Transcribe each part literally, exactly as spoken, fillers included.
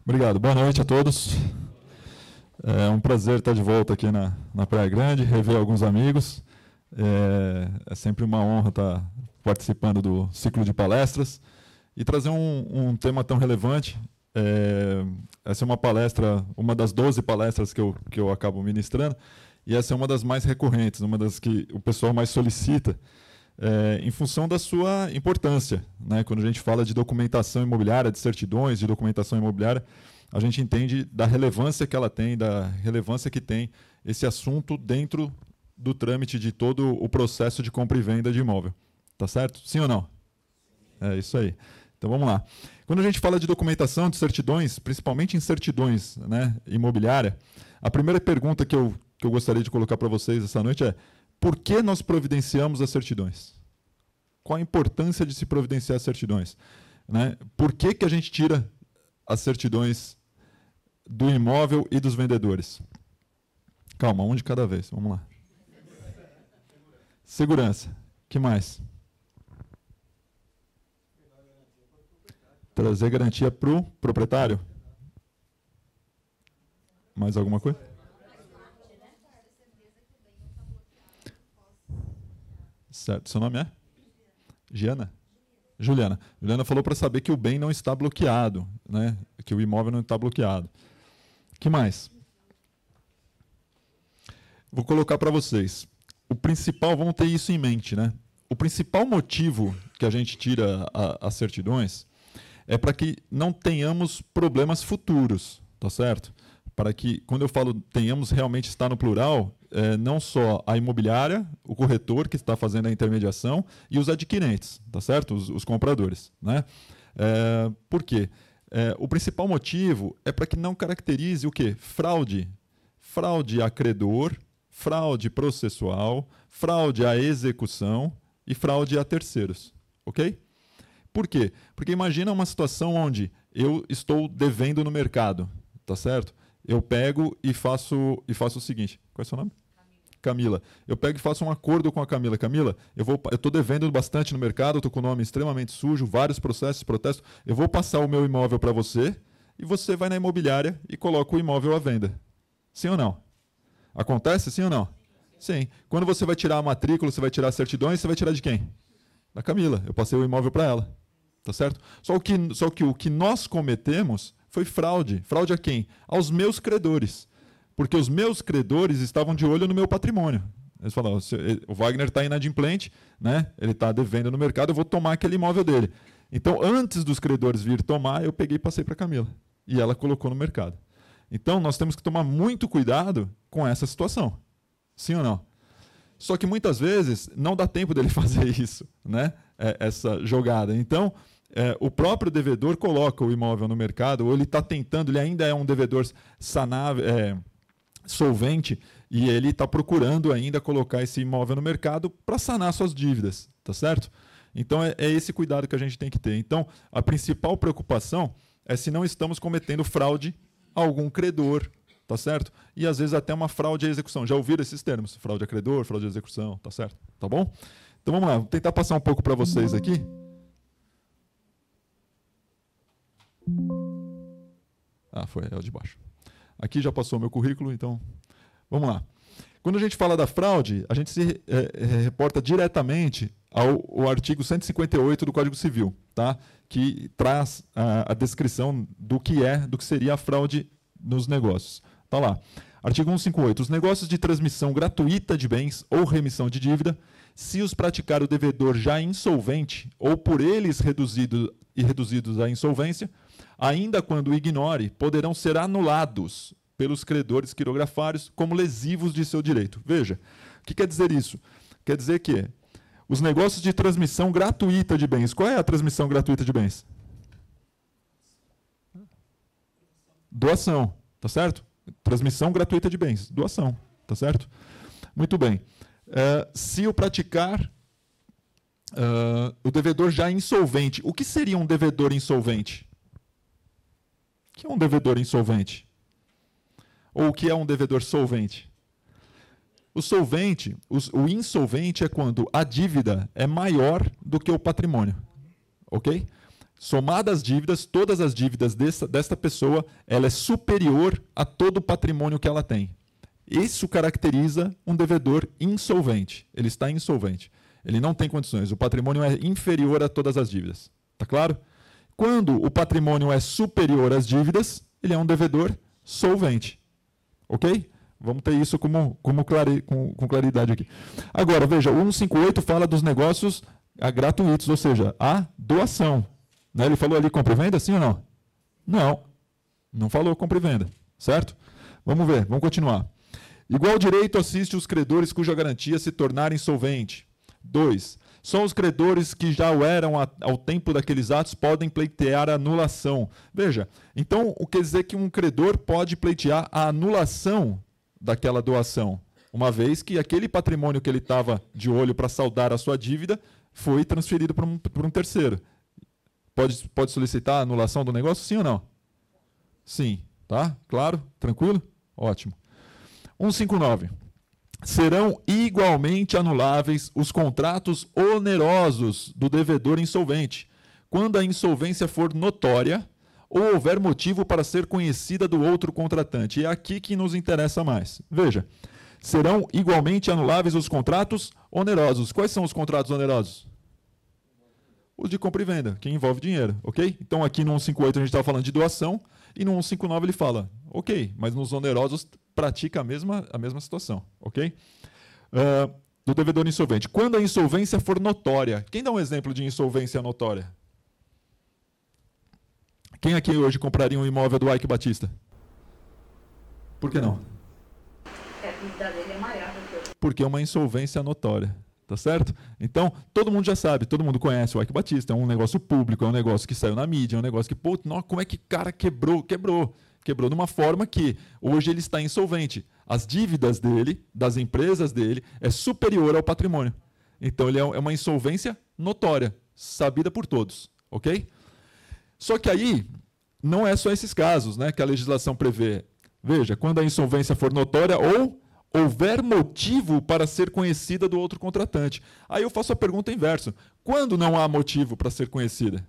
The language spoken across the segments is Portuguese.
Obrigado. Boa noite a todos. É um prazer estar de volta aqui na, na Praia Grande, rever alguns amigos. É, é sempre uma honra estar participando do ciclo de palestras e trazer um, um tema tão relevante. É, essa é uma palestra, uma das doze palestras que eu, que eu acabo ministrando, e essa é uma das mais recorrentes, uma das que o pessoal mais solicita, É, em função da sua importância, né? Quando a gente fala de documentação imobiliária, de certidões de documentação imobiliária, a gente entende da relevância que ela tem, da relevância que tem esse assunto dentro do trâmite de todo o processo de compra e venda de imóvel. Tá certo? Sim ou não? É isso aí. Então vamos lá. Quando a gente fala de documentação, de certidões, principalmente em certidões, né, imobiliária, a primeira pergunta que eu, que eu gostaria de colocar para vocês essa noite é: por que nós providenciamos as certidões? Qual a importância de se providenciar as certidões? Né? Por que, que a gente tira as certidões do imóvel e dos vendedores? Calma, um de cada vez. Vamos lá. Segurança. Que mais? Trazer garantia para o proprietário? Mais alguma coisa? Certo. Seu nome é? Giana? Juliana. Juliana falou para saber que o bem não está bloqueado, né? Que o imóvel não está bloqueado. Que mais? Vou colocar para vocês. O principal, vamos ter isso em mente, né? O principal motivo que a gente tira a, as certidões é para que não tenhamos problemas futuros, tá certo? Para que, quando eu falo tenhamos, realmente está no plural, é, não só a imobiliária, o corretor que está fazendo a intermediação e os adquirentes, tá certo? Os, os compradores, né? É, por quê? É, o principal motivo é para que não caracterize o quê? Fraude. Fraude a credor, fraude processual, fraude à execução e fraude a terceiros, ok? Por quê? Porque imagina uma situação onde eu estou devendo no mercado, tá certo? Eu pego e faço, e faço o seguinte. Qual é o seu nome? Camila. Eu pego e faço um acordo com a Camila. Camila, eu vou, eu estou devendo bastante no mercado, estou com o nome extremamente sujo, vários processos, protestos. Eu vou passar o meu imóvel para você e você vai na imobiliária e coloca o imóvel à venda. Sim ou não? Acontece, sim ou não? Sim. Quando você vai tirar a matrícula, você vai tirar as certidões, você vai tirar de quem? Da Camila. Eu passei o imóvel para ela. Tá certo? Só que, só que o que nós cometemos foi fraude. Fraude a quem? Aos meus credores. Porque os meus credores estavam de olho no meu patrimônio. Eles falaram: o Wagner está inadimplente, né? Ele está devendo no mercado, eu vou tomar aquele imóvel dele. Então, antes dos credores vir tomar, eu peguei e passei para a Camila. E ela colocou no mercado. Então, nós temos que tomar muito cuidado com essa situação. Sim ou não? Só que muitas vezes não dá tempo dele fazer isso, né? É, essa jogada. Então, é, o próprio devedor coloca o imóvel no mercado, ou ele está tentando, ele ainda é um devedor sanável, é, solvente, e ele está procurando ainda colocar esse imóvel no mercado para sanar suas dívidas, tá certo? Então, é, é esse cuidado que a gente tem que ter. Então, a principal preocupação é se não estamos cometendo fraude a algum credor, tá certo? E às vezes até uma fraude à execução. Já ouviram esses termos? Fraude a credor, fraude à execução, tá certo? Tá bom? Então vamos lá, vou tentar passar um pouco para vocês aqui. Ah, foi, é o de baixo. Aqui já passou o meu currículo, então vamos lá. Quando a gente fala da fraude, a gente se é, é, reporta diretamente ao, ao artigo cento e cinquenta e oito do Código Civil, tá? Que traz a, a descrição do que é, do que seria a fraude nos negócios. Está lá. Artigo cento e cinquenta e oito. Os negócios de transmissão gratuita de bens ou remissão de dívida, se os praticar o devedor já insolvente ou por eles reduzido, e reduzidos à insolvência, ainda quando o ignore, poderão ser anulados pelos credores quirografários como lesivos de seu direito. Veja, o que quer dizer isso? Quer dizer que os negócios de transmissão gratuita de bens, qual é a transmissão gratuita de bens? Doação, tá certo? Transmissão gratuita de bens, doação, tá certo? Muito bem. Uh, se o praticar, uh, o devedor já insolvente, o que seria um devedor insolvente? O que é um devedor insolvente? Ou o que é um devedor solvente? O solvente, o insolvente é quando a dívida é maior do que o patrimônio, ok? Somadas as dívidas, todas as dívidas dessa, desta pessoa, ela é superior a todo o patrimônio que ela tem. Isso caracteriza um devedor insolvente. Ele está insolvente. Ele não tem condições. O patrimônio é inferior a todas as dívidas. Tá claro? Quando o patrimônio é superior às dívidas, ele é um devedor solvente. Ok? Vamos ter isso como, como clare, com, com claridade aqui. Agora, veja, o cento e cinquenta e oito fala dos negócios gratuitos, ou seja, a doação. Né? Ele falou ali compra e venda, sim ou não? Não. Não falou compra e venda. Certo? Vamos ver, vamos continuar. Igual direito assiste os credores cuja garantia se tornar insolvente. dois. Só os credores que já o eram ao tempo daqueles atos podem pleitear a anulação. Veja, então, o que quer dizer que um credor pode pleitear a anulação daquela doação, uma vez que aquele patrimônio que ele estava de olho para saldar a sua dívida foi transferido para um, para um terceiro. Pode, pode solicitar a anulação do negócio, sim ou não? Sim. Tá? Claro? Tranquilo? Ótimo. cento e cinquenta e nove. Serão igualmente anuláveis os contratos onerosos do devedor insolvente, quando a insolvência for notória ou houver motivo para ser conhecida do outro contratante. E é aqui que nos interessa mais. Veja, serão igualmente anuláveis os contratos onerosos. Quais são os contratos onerosos? Os de compra e venda, que envolve dinheiro, ok? Então aqui no cento e cinquenta e oito a gente estava falando de doação, e no cento e cinquenta e nove ele fala, ok, mas nos onerosos pratica a mesma, a mesma situação, ok? Uh, do devedor insolvente. Quando a insolvência for notória. Quem dá um exemplo de insolvência notória? Quem aqui hoje compraria um imóvel do Ike Batista? Por que não? A dívida dele é maior do que eu. Porque é uma insolvência notória. Tá certo? Então, todo mundo já sabe, todo mundo conhece o Ike Batista, é um negócio público, é um negócio que saiu na mídia, é um negócio que, pô, não, como é que cara quebrou? Quebrou. Quebrou de uma forma que hoje ele está insolvente. As dívidas dele, das empresas dele, é superior ao patrimônio. Então, ele é uma insolvência notória, sabida por todos, ok? Só que aí, não é só esses casos, né, que a legislação prevê. Veja, quando a insolvência for notória ou houver motivo para ser conhecida do outro contratante. Aí eu faço a pergunta inversa. Quando não há motivo para ser conhecida?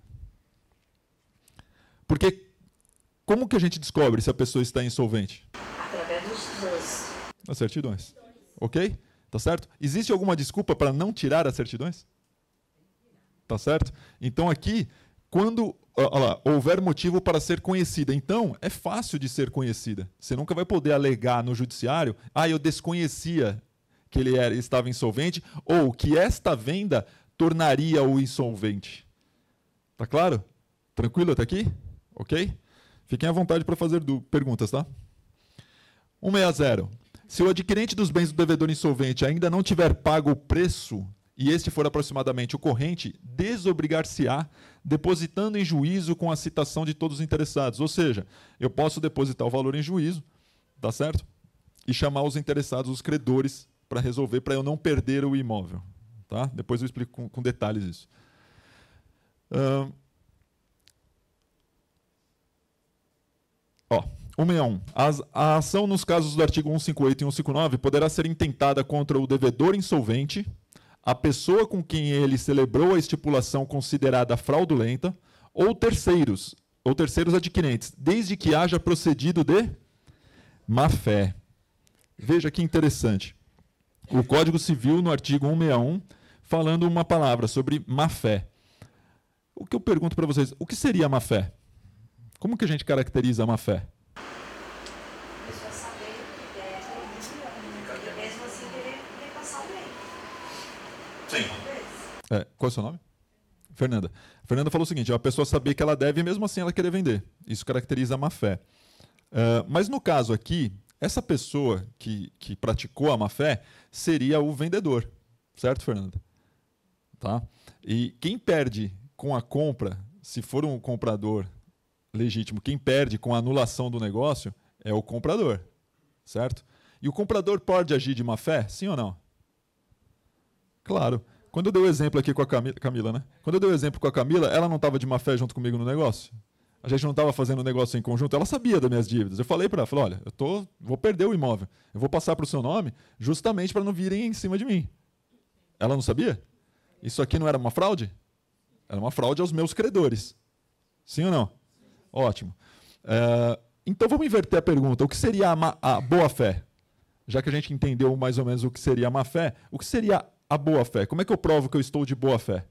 Porque como que a gente descobre se a pessoa está insolvente? Através dos, dos... das certidões. Ok? Tá certo? Existe alguma desculpa para não tirar as certidões? Tá certo? Então aqui, quando olha lá, houver motivo para ser conhecida, então é fácil de ser conhecida. Você nunca vai poder alegar no judiciário, ah, eu desconhecia que ele era, estava insolvente, ou que esta venda tornaria-o insolvente. Tá claro? Tranquilo até aqui? Ok? Fiquem à vontade para fazer do, perguntas, tá? cento e sessenta. Se o adquirente dos bens do devedor insolvente ainda não tiver pago o preço e este for aproximadamente o corrente, desobrigar-se-á, depositando em juízo com a citação de todos os interessados. Ou seja, eu posso depositar o valor em juízo, tá certo? E chamar os interessados, os credores, para resolver, para eu não perder o imóvel. Tá? Depois eu explico com, com detalhes isso. Uh, ó, cento e sessenta e um. As, a ação nos casos do artigo cento e cinquenta e oito e cento e cinquenta e nove poderá ser intentada contra o devedor insolvente, a pessoa com quem ele celebrou a estipulação considerada fraudulenta, ou terceiros, ou terceiros adquirentes, desde que haja procedido de má-fé. Veja que interessante. O Código Civil, no artigo cento e sessenta e um, falando uma palavra sobre má-fé. O que eu pergunto para vocês, o que seria má-fé? Como que a gente caracteriza a má-fé? A pessoa saber que é e mesmo assim querer repassar o bem. Sim. É, qual é o seu nome? Fernanda. A Fernanda falou o seguinte, a pessoa saber que ela deve e mesmo assim ela querer vender. Isso caracteriza a má-fé. Uh, mas no caso aqui, essa pessoa que, que praticou a má-fé seria o vendedor. Certo, Fernanda? Tá? E quem perde com a compra, se for um comprador legítimo, quem perde com a anulação do negócio é o comprador. Certo? E o comprador pode agir de má-fé? Sim ou não? Claro. Quando eu dei o exemplo aqui com a Camila, Camila, né? Quando eu dei o exemplo com a Camila, ela não estava de má-fé junto comigo no negócio? A gente não estava fazendo o negócio em conjunto, ela sabia das minhas dívidas. Eu falei para ela, falei, olha, eu tô, vou perder o imóvel. Eu vou passar para o seu nome justamente para não virem em cima de mim. Ela não sabia? Isso aqui não era uma fraude? Era uma fraude aos meus credores. Sim ou não? Ótimo. É, então vamos inverter a pergunta. O que seria a, a boa-fé? Já que a gente entendeu mais ou menos o que seria a má-fé, o que seria a boa-fé? Como é que eu provo que eu estou de boa-fé?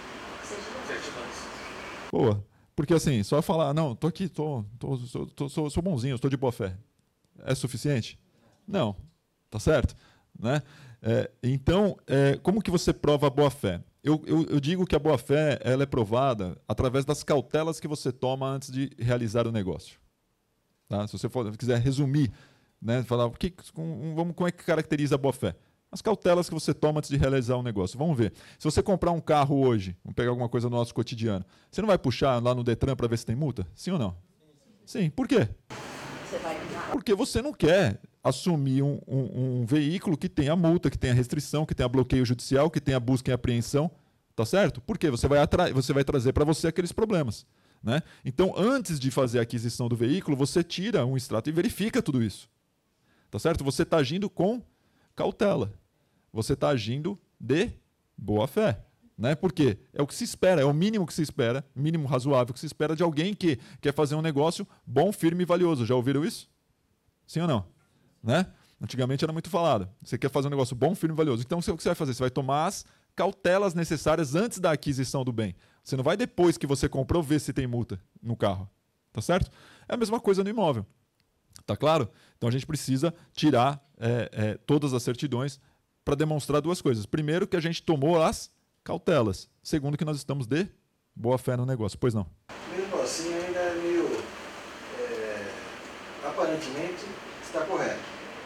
Boa. Porque assim, só falar, não, tô aqui, tô, tô, tô, tô, sou, sou bonzinho, estou de boa-fé. É suficiente? Não. Tá certo? Né? É, então, é, como que você prova a boa-fé? Eu, eu, eu digo que a boa-fé ela é provada através das cautelas que você toma antes de realizar o negócio. Tá? Se você for, quiser resumir, né, falar o que, com, vamos, como é que caracteriza a boa-fé? As cautelas que você toma antes de realizar um negócio. Vamos ver. Se você comprar um carro hoje, vamos pegar alguma coisa no nosso cotidiano, você não vai puxar lá no Detran para ver se tem multa? Sim ou não? Sim. Por quê? Porque você não quer assumir um, um, um veículo que tenha multa, que tenha restrição, que tenha bloqueio judicial, que tenha busca e apreensão. Tá certo? Por quê? Você vai, atra... você vai trazer para você aqueles problemas. Né? Então, antes de fazer a aquisição do veículo, você tira um extrato e verifica tudo isso. Tá certo? Você está agindo com cautela. Você está agindo de boa fé. Né? Por quê? É o que se espera, é o mínimo que se espera, mínimo razoável que se espera de alguém que quer fazer um negócio bom, firme e valioso. Já ouviram isso? Sim ou não? Né? Antigamente era muito falado. Você quer fazer um negócio bom, firme e valioso. Então, o que você vai fazer? Você vai tomar as cautelas necessárias antes da aquisição do bem. Você não vai depois que você comprou ver se tem multa no carro. Tá certo? É a mesma coisa no imóvel. Tá claro? Então a gente precisa tirar é, é, todas as certidões para demonstrar duas coisas. Primeiro, que a gente tomou as cautelas. Segundo, que nós estamos de boa fé no negócio. Pois não? Mesmo assim, ainda é meio... É, aparentemente está correto.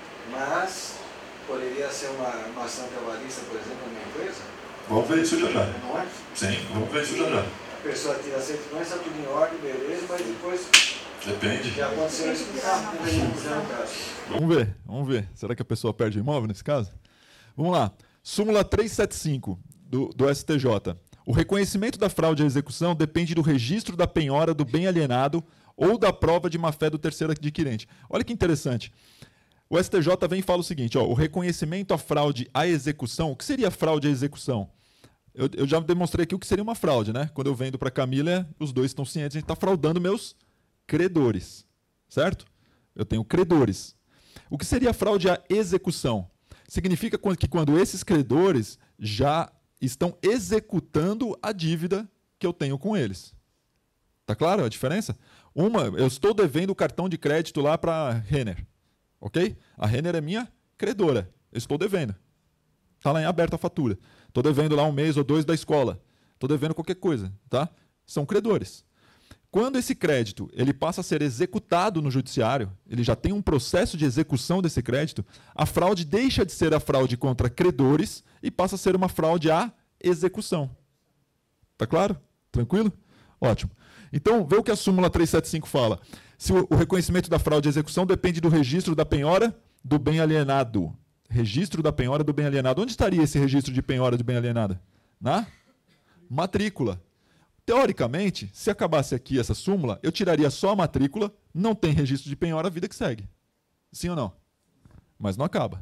Mas poderia ser uma, uma ação trabalhista, por exemplo, na minha empresa? Vamos ver isso já já. Não é? Sim, vamos ver isso já já. A pessoa tira a certidão, está tudo em ordem, beleza, mas depois... Depende. Já aconteceu isso com o carro, com o veículo, já no caso. Vamos ver, vamos ver. Será que a pessoa perde o imóvel nesse caso? Vamos lá. Súmula trezentos e setenta e cinco do, do S T J. O reconhecimento da fraude à execução depende do registro da penhora do bem alienado ou da prova de má-fé do terceiro adquirente. Olha que interessante. O S T J vem e fala o seguinte, ó, o reconhecimento à fraude à execução. O que seria fraude à execução? Eu, eu já demonstrei aqui o que seria uma fraude, né? Quando eu vendo para a Camila, os dois estão cientes, a gente está fraudando meus credores, certo? Eu tenho credores. O que seria fraude à execução? Significa que quando esses credores já estão executando a dívida que eu tenho com eles. Tá claro a diferença? Uma, eu estou devendo o cartão de crédito lá para a Renner, ok? A Renner é minha credora, eu estou devendo. Está lá em aberta a fatura. Estou devendo lá um mês ou dois da escola. Estou devendo qualquer coisa, tá? São credores. Quando esse crédito ele passa a ser executado no judiciário, ele já tem um processo de execução desse crédito, a fraude deixa de ser a fraude contra credores e passa a ser uma fraude à execução. Tá claro? Tranquilo? Ótimo. Então, vê o que a súmula trezentos e setenta e cinco fala. Se o reconhecimento da fraude à execução depende do registro da penhora do bem alienado. Registro da penhora do bem alienado. Onde estaria esse registro de penhora do bem alienado? Na matrícula. Teoricamente, se acabasse aqui essa súmula, eu tiraria só a matrícula, não tem registro de penhora, a vida que segue. Sim ou não? Mas não acaba.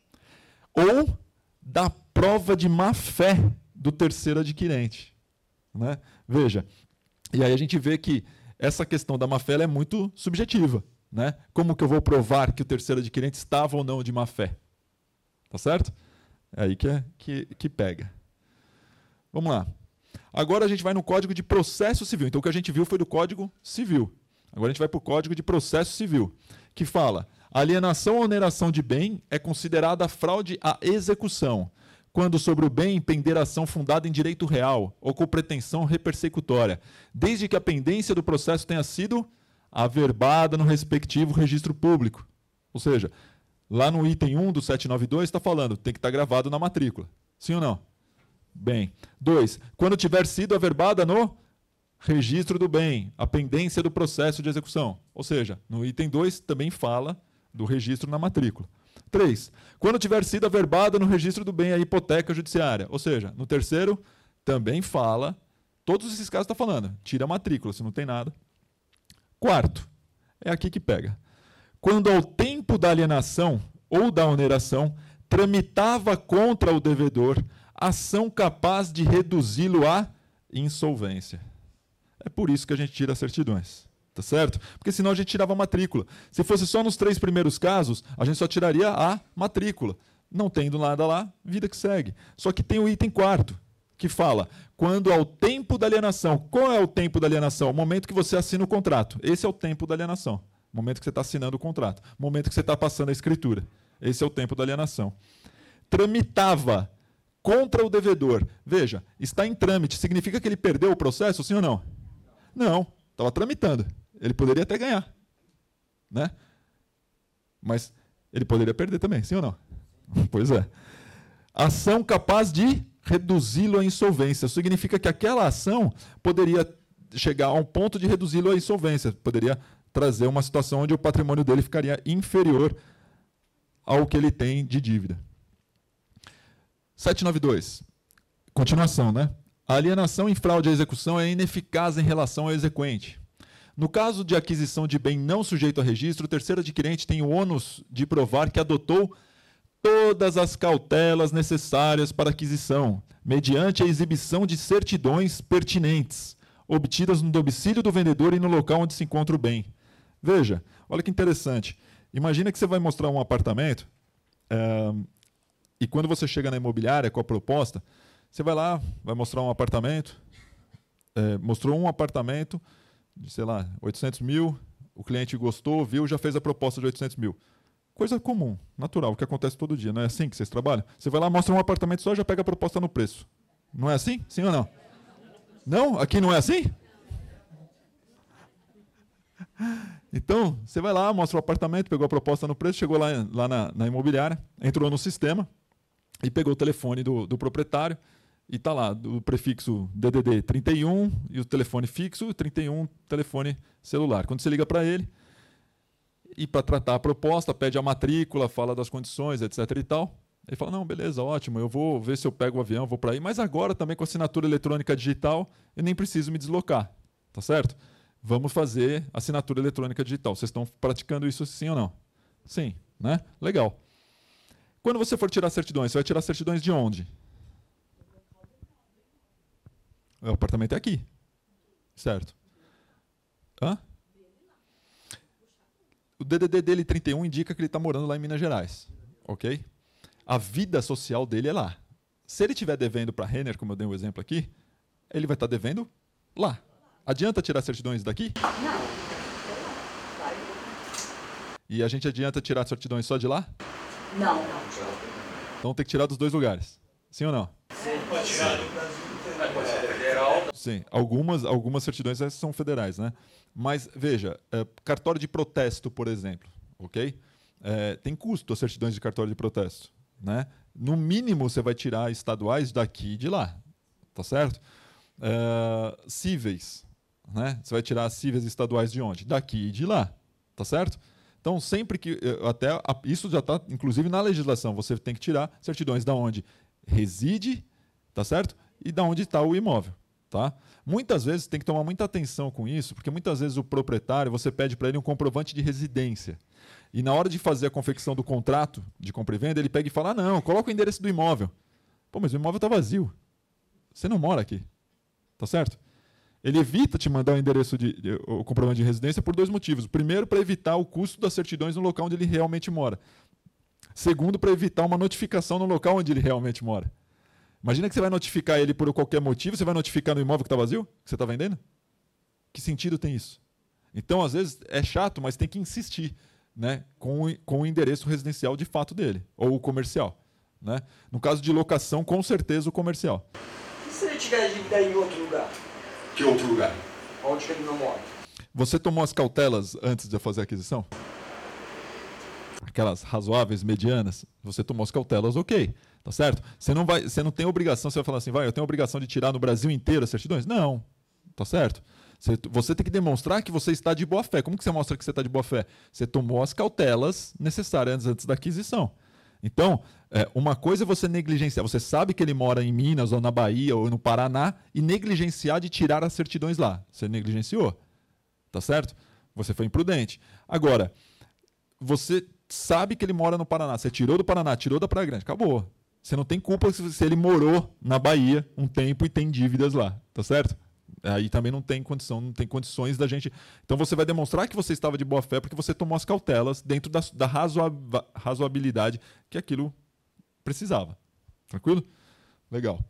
Ou da prova de má-fé do terceiro adquirente. Né? Veja, e aí a gente vê que essa questão da má-fé é muito subjetiva. Né? Como que eu vou provar que o terceiro adquirente estava ou não de má-fé? Tá certo? É aí que, é, que, que pega. Vamos lá. Agora a gente vai no Código de Processo Civil. Então o que a gente viu foi do Código Civil. Agora a gente vai para o Código de Processo Civil, que fala: alienação ou oneração de bem é considerada fraude à execução, quando sobre o bem pender ação fundada em direito real ou com pretensão repersecutória, desde que a pendência do processo tenha sido averbada no respectivo registro público. Ou seja, lá no item um do setecentos e noventa e dois está falando, tem que estar gravado na matrícula. Sim ou não? Bem. dois. Quando tiver sido averbada no registro do bem, a pendência do processo de execução. Ou seja, no item dois também fala do registro na matrícula. três. Quando tiver sido averbada no registro do bem a hipoteca judiciária. Ou seja, no terceiro também fala, todos esses casos está falando, tira a matrícula, se não tem nada. Quarto, é aqui que pega. Quando ao tempo da alienação ou da oneração tramitava contra o devedor ação capaz de reduzi-lo à insolvência. É por isso que a gente tira as certidões. Tá certo? Porque senão a gente tirava a matrícula. Se fosse só nos três primeiros casos, a gente só tiraria a matrícula. Não tendo nada lá, vida que segue. Só que tem o item quarto, que fala, quando ao tempo da alienação. Qual é o tempo da alienação? O momento que você assina o contrato. Esse é o tempo da alienação. O momento que você está assinando o contrato. O momento que você está passando a escritura. Esse é o tempo da alienação. Tramitava contra o devedor. Veja, está em trâmite. Significa que ele perdeu o processo, sim ou não? Não, estava tramitando. Ele poderia até ganhar, né? Mas ele poderia perder também, sim ou não? Pois é. Ação capaz de reduzi-lo à insolvência. Isso significa que aquela ação poderia chegar a um ponto de reduzi-lo à insolvência. Poderia trazer uma situação onde o patrimônio dele ficaria inferior ao que ele tem de dívida. setecentos e noventa e dois. Continuação, né? A alienação em fraude à execução é ineficaz em relação ao exequente. No caso de aquisição de bem não sujeito a registro, o terceiro adquirente tem o ônus de provar que adotou todas as cautelas necessárias para aquisição, mediante a exibição de certidões pertinentes, obtidas no domicílio do vendedor e no local onde se encontra o bem. Veja, olha que interessante. Imagina que você vai mostrar um apartamento é, e quando você chega na imobiliária com a proposta, você vai lá, vai mostrar um apartamento, é, mostrou um apartamento de, sei lá, oitocentos mil, o cliente gostou, viu, já fez a proposta de oitocentos mil. Coisa comum, natural, que acontece todo dia. Não é assim que vocês trabalham? Você vai lá, mostra um apartamento só e já pega a proposta no preço. Não é assim? Sim ou não? Não? Aqui não é assim? Então, você vai lá, mostra o apartamento, pegou a proposta no preço, chegou lá, lá na, na imobiliária, entrou no sistema e pegou o telefone do, do proprietário e está lá, o prefixo D D D trinta e um e o telefone fixo, trinta e um, telefone celular. Quando você liga para ele, e para tratar a proposta, pede a matrícula, fala das condições, etc e tal, ele fala, não, beleza, ótimo, eu vou ver se eu pego o avião, vou para aí, mas agora também com assinatura eletrônica digital, eu nem preciso me deslocar, tá certo? Vamos fazer assinatura eletrônica digital. Vocês estão praticando isso sim ou não? Sim, né? Legal. Quando você for tirar certidões, você vai tirar certidões de onde? O apartamento é aqui, certo? Hã? O D D D dele trinta e um indica que ele está morando lá em Minas Gerais, ok? A vida social dele é lá. Se ele estiver devendo para a Renner, como eu dei um exemplo aqui, ele vai estar tá devendo lá. Adianta tirar certidões daqui? Não. E a gente adianta tirar certidões só de lá? Não, não. Então tem que tirar dos dois lugares. Sim ou não? Sim, pode tirar do Brasil inteiro. Pode ser federal. Sim, algumas, algumas certidões são federais, né? Mas, veja, é, cartório de protesto, por exemplo, ok? É, tem custo as certidões de cartório de protesto, né? No mínimo, você vai tirar estaduais daqui e de lá, tá certo? É, cíveis, né? Você vai tirar cíveis estaduais de onde? Daqui e de lá, tá certo? Então, sempre que... até a, isso já está, inclusive, na legislação. Você tem que tirar certidões da onde reside, tá certo? E da onde está o imóvel. Tá? Muitas vezes tem que tomar muita atenção com isso, porque muitas vezes o proprietário, você pede para ele um comprovante de residência. E na hora de fazer a confecção do contrato de compra e venda, ele pega e fala, ah, não, coloca o endereço do imóvel. Pô, mas o imóvel está vazio. Você não mora aqui. Tá certo? Ele evita te mandar o endereço de, de o comprovante de residência por dois motivos. Primeiro, para evitar o custo das certidões no local onde ele realmente mora. Segundo, para evitar uma notificação no local onde ele realmente mora. Imagina que você vai notificar ele por qualquer motivo, você vai notificar no imóvel que está vazio, que você está vendendo? Que sentido tem isso? Então, às vezes, é chato, mas tem que insistir, né, com, com o endereço residencial de fato dele, ou o comercial. Né? No caso de locação, com certeza o comercial. E se ele tiver dívida em outro lugar? Que outro lugar? Onde que ele não mora? Você tomou as cautelas antes de fazer a aquisição? Aquelas razoáveis, medianas, você tomou as cautelas, ok, tá certo? Você não, vai, você não tem obrigação, você vai falar assim, vai, eu tenho obrigação de tirar no Brasil inteiro as certidões? Não, tá certo? Você, você tem que demonstrar que você está de boa fé. Como que você mostra que você está de boa fé? Você tomou as cautelas necessárias antes da aquisição. Então, é, uma coisa é você negligenciar, você sabe que ele mora em Minas, ou na Bahia, ou no Paraná, e negligenciar de tirar as certidões lá. Você negligenciou, tá certo? Você foi imprudente. Agora, você sabe que ele mora no Paraná, você tirou do Paraná, tirou da Praia Grande, acabou. Você não tem culpa se ele morou na Bahia um tempo e tem dívidas lá, tá certo? Aí também não tem condição, não tem condições da gente. Então você vai demonstrar que você estava de boa fé porque você tomou as cautelas dentro da, da razoa- razoabilidade que aquilo precisava. Tranquilo? Legal.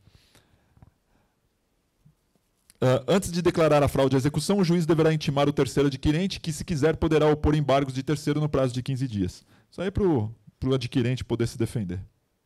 Uh, antes de declarar a fraude à execução, o juiz deverá intimar o terceiro adquirente, que, se quiser, poderá opor embargos de terceiro no prazo de quinze dias. Isso aí é para o adquirente poder se defender.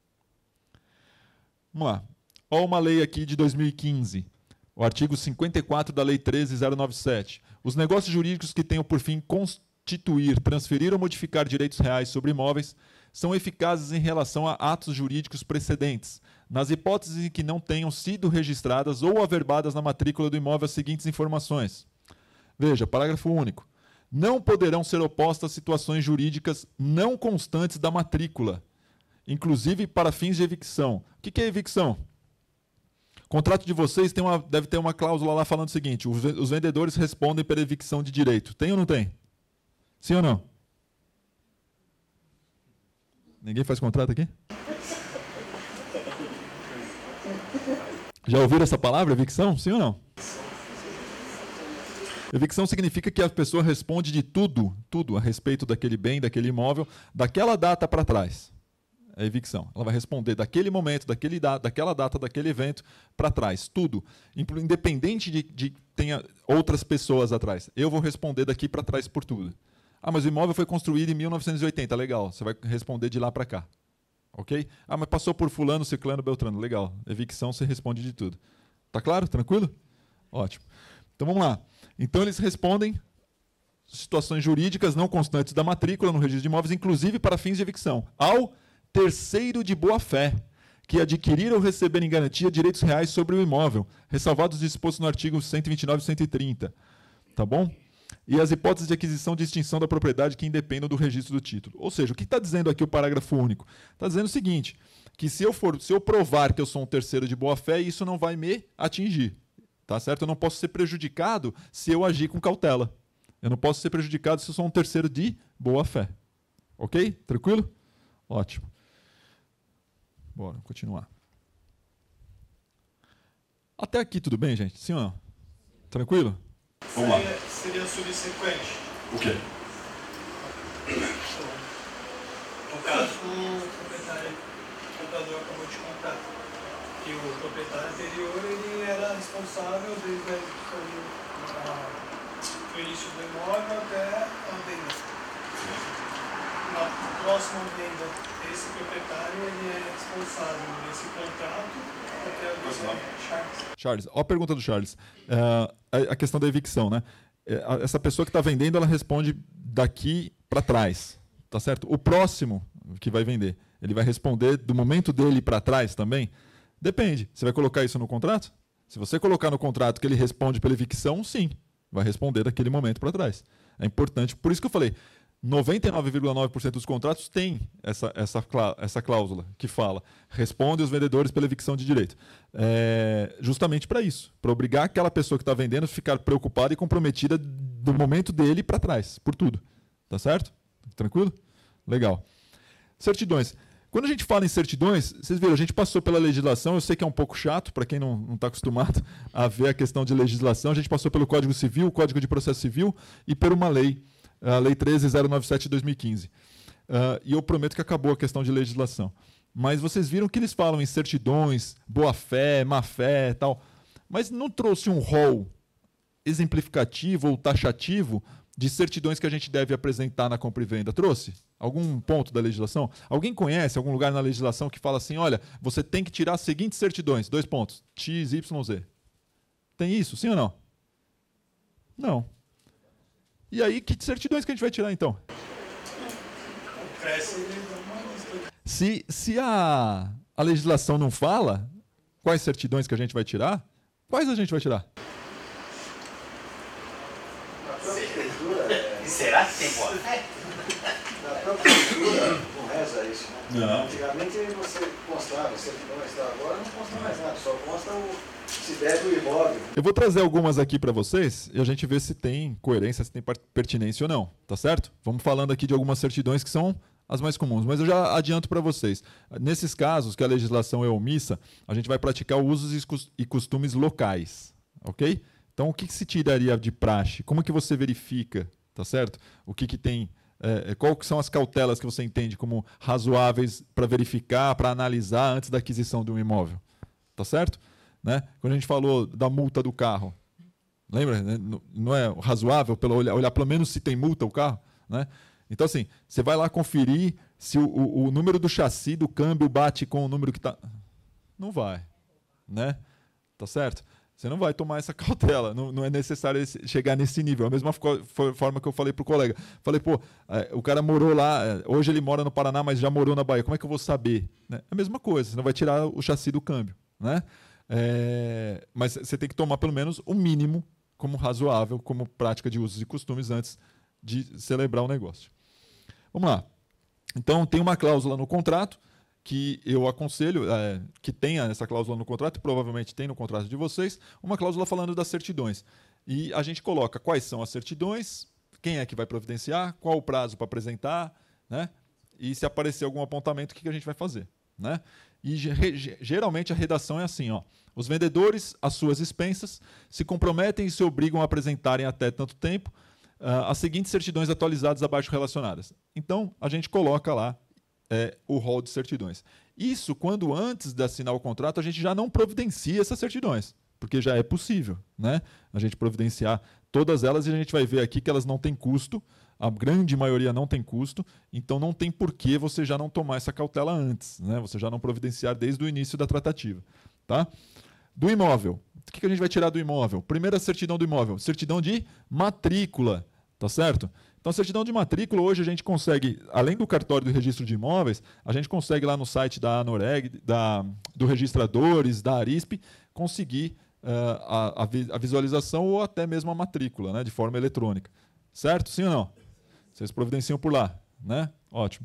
Vamos lá. Olha uma lei aqui de dois mil e quinze. O artigo cinquenta e quatro da Lei treze mil e noventa e sete. Os negócios jurídicos que tenham por fim constituir, transferir ou modificar direitos reais sobre imóveis são eficazes em relação a atos jurídicos precedentes, nas hipóteses em que não tenham sido registradas ou averbadas na matrícula do imóvel as seguintes informações. Veja, parágrafo único. Não poderão ser opostas situações jurídicas não constantes da matrícula, inclusive para fins de evicção. O que é evicção? O contrato de vocês tem uma, deve ter uma cláusula lá falando o seguinte: os, os vendedores respondem pela evicção de direito. Tem ou não tem? Sim ou não? Ninguém faz contrato aqui? Já ouviram essa palavra, evicção? Sim ou não? Evicção significa que a pessoa responde de tudo, tudo a respeito daquele bem, daquele imóvel, daquela data para trás. É evicção. Ela vai responder daquele momento, daquele da, daquela data, daquele evento para trás, tudo. Independente de, de tenha outras pessoas atrás. Eu vou responder daqui para trás por tudo. Ah, mas o imóvel foi construído em mil novecentos e oitenta. Legal, você vai responder de lá para cá. Ok? Ah, mas passou por fulano, ciclano, beltrano. Legal. Evicção, você responde de tudo. Tá claro? Tranquilo? Ótimo. Então vamos lá. Então eles respondem situações jurídicas não constantes da matrícula no registro de imóveis, inclusive para fins de evicção, ao terceiro de boa-fé, que adquirir ou receber em garantia direitos reais sobre o imóvel, ressalvados os dispostos no artigo cento e vinte e nove e cento e trinta. Tá bom? E as hipóteses de aquisição de extinção da propriedade que independam do registro do título. Ou seja, o que está dizendo aqui o parágrafo único? Está dizendo o seguinte, que se eu, for, se eu provar que eu sou um terceiro de boa-fé, isso não vai me atingir. Tá certo? Eu não posso ser prejudicado se eu agir com cautela. Eu não posso ser prejudicado se eu sou um terceiro de boa-fé. Ok? Tranquilo? Ótimo. Bora, continuar. Até aqui tudo bem, gente? Sim ou não? Tranquilo? Vamos lá. Seria, seria subsequente. O quê? No caso, o proprietário, o contador acabou de contar que o proprietário anterior ele era responsável desde a execução do início do imóvel até a venda. Na próxima venda, esse proprietário ele é responsável nesse contrato até a venda. Charles. Charles, ó a pergunta do Charles. Uh, a, a questão da evicção, né? Essa pessoa que está vendendo, ela responde daqui para trás, tá certo? O próximo que vai vender, ele vai responder do momento dele para trás também? Depende. Você vai colocar isso no contrato? Se você colocar no contrato que ele responde pela evicção, sim, vai responder daquele momento para trás. É importante. Por isso que eu falei, noventa e nove vírgula nove por cento dos contratos tem essa, essa, essa cláusula que fala, responde os vendedores pela evicção de direito. É justamente para isso, para obrigar aquela pessoa que está vendendo a ficar preocupada e comprometida do momento dele para trás, por tudo. Tá certo? Tranquilo? Legal. Certidões. Quando a gente fala em certidões, vocês viram, a gente passou pela legislação, eu sei que é um pouco chato para quem não está acostumado a ver a questão de legislação, a gente passou pelo Código Civil, o Código de Processo Civil e por uma lei, a Lei treze mil e noventa e sete de dois mil e quinze. Uh, e eu prometo que acabou a questão de legislação. Mas vocês viram que eles falam em certidões, boa-fé, má-fé e tal, mas não trouxe um rol exemplificativo ou taxativo de certidões que a gente deve apresentar na compra e venda? Trouxe? Algum ponto da legislação? Alguém conhece algum lugar na legislação que fala assim, olha, você tem que tirar as seguintes certidões, dois pontos, X, Y, Z. Tem isso, sim ou não? Não. E aí, que certidões que a gente vai tirar, então? Se, se a, a legislação não fala quais certidões que a gente vai tirar, quais a gente vai tirar? Será que tem boa fé? Na própria cultura não reza isso, né? Não. Antigamente você constava, certidão está agora, não consta mais nada, só consta o se deve o imóvel. Eu vou trazer algumas aqui para vocês e a gente vê se tem coerência, se tem pertinência ou não, tá certo? Vamos falando aqui de algumas certidões que são as mais comuns, mas eu já adianto para vocês. Nesses casos que a legislação é omissa, a gente vai praticar usos e costumes locais, ok? Então, o que, que se tiraria de praxe? Como que você verifica, tá certo? O que, que tem, é, qual que são as cautelas que você entende como razoáveis para verificar, para analisar antes da aquisição de um imóvel, tá certo? Né? Quando a gente falou da multa do carro, lembra? Né? Não é razoável pelo olhar, olhar pelo menos se tem multa o carro, né? Então, assim, você vai lá conferir se o, o, o número do chassi do câmbio bate com o número que está... Não vai, né? Tá certo? Você não vai tomar essa cautela, não, não é necessário esse, chegar nesse nível. A mesma forma que eu falei para o colega. Falei, pô, é, o cara morou lá, é, hoje ele mora no Paraná, mas já morou na Bahia. Como é que eu vou saber? Né? É a mesma coisa, você não vai tirar o chassi do câmbio, né? É, mas você tem que tomar pelo menos o mínimo como razoável, como prática de usos e costumes antes de celebrar o negócio. Vamos lá. Então, tem uma cláusula no contrato que eu aconselho é, que tenha essa cláusula no contrato, e provavelmente tem no contrato de vocês, uma cláusula falando das certidões. E a gente coloca quais são as certidões, quem é que vai providenciar, qual o prazo para apresentar, né? E se aparecer algum apontamento, o que a gente vai fazer, né? E geralmente a redação é assim, ó. Os vendedores, às suas expensas, se comprometem e se obrigam a apresentarem até tanto tempo uh, as seguintes certidões atualizadas abaixo relacionadas. Então, a gente coloca lá é, o rol de certidões. Isso quando antes de assinar o contrato a gente já não providencia essas certidões, porque já é possível, né? A gente providenciar todas elas e a gente vai ver aqui que elas não têm custo, a grande maioria não tem custo, então não tem por que você já não tomar essa cautela antes, né? Você já não providenciar desde o início da tratativa. Tá? Do imóvel. O que a gente vai tirar do imóvel? Primeira certidão do imóvel, certidão de matrícula, tá certo? Então, a certidão de matrícula, hoje a gente consegue, além do cartório do registro de imóveis, a gente consegue lá no site da ANOREG, da, do Registradores, da Arisp, conseguir uh, a, a visualização ou até mesmo a matrícula, né, de forma eletrônica. Certo? Sim ou não? Vocês providenciam por lá, né? Ótimo.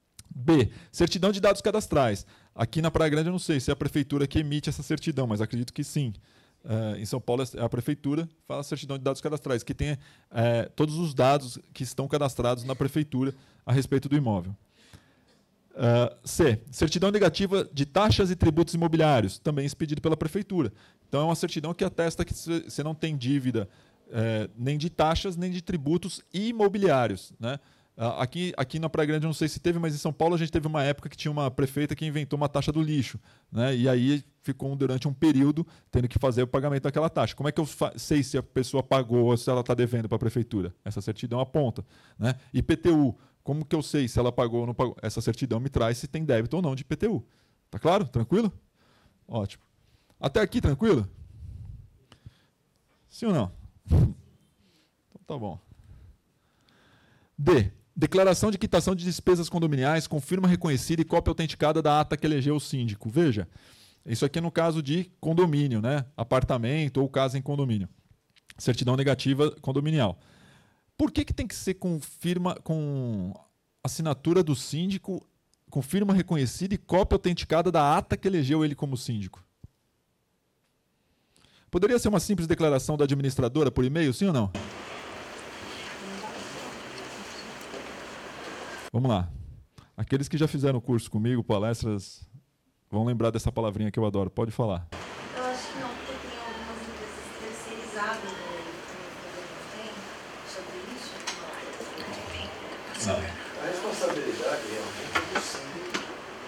B. Certidão de dados cadastrais. Aqui na Praia Grande eu não sei se é a prefeitura que emite essa certidão, mas acredito que sim. Uh, em São Paulo é a prefeitura que faz a certidão de dados cadastrais, que tem uh, todos os dados que estão cadastrados na prefeitura a respeito do imóvel. Uh, C. Certidão negativa de taxas e tributos imobiliários, também expedido pela prefeitura. Então é uma certidão que atesta que você não tem dívida uh, nem de taxas nem de tributos imobiliários, né? Aqui, aqui na Praia Grande, eu não sei se teve, mas em São Paulo a gente teve uma época que tinha uma prefeita que inventou uma taxa do lixo, né? E aí ficou durante um período tendo que fazer o pagamento daquela taxa. Como é que eu sei se a pessoa pagou ou se ela está devendo para a prefeitura? Essa certidão aponta, né? I P T U, como que eu sei se ela pagou ou não pagou? Essa certidão me traz se tem débito ou não de I P T U. Tá claro? Tranquilo? Ótimo. Até aqui, tranquilo? Sim ou não? Então tá bom. D. Declaração de quitação de despesas condominiais com firma reconhecida e cópia autenticada da ata que elegeu o síndico. Veja, isso aqui é no caso de condomínio, né? Apartamento ou casa em condomínio. Certidão negativa condominial. Por que, que tem que ser com firma, com assinatura do síndico, com firma reconhecida e cópia autenticada da ata que elegeu ele como síndico? Poderia ser uma simples declaração da administradora por e-mail, sim ou não? Vamos lá. Aqueles que já fizeram curso comigo, palestras, vão lembrar dessa palavrinha que eu adoro. Pode falar. Eu acho que não, porque tem algumas empresas terceirizadas né, que tem sobre isso. Não. A responsabilidade realmente é do síndico.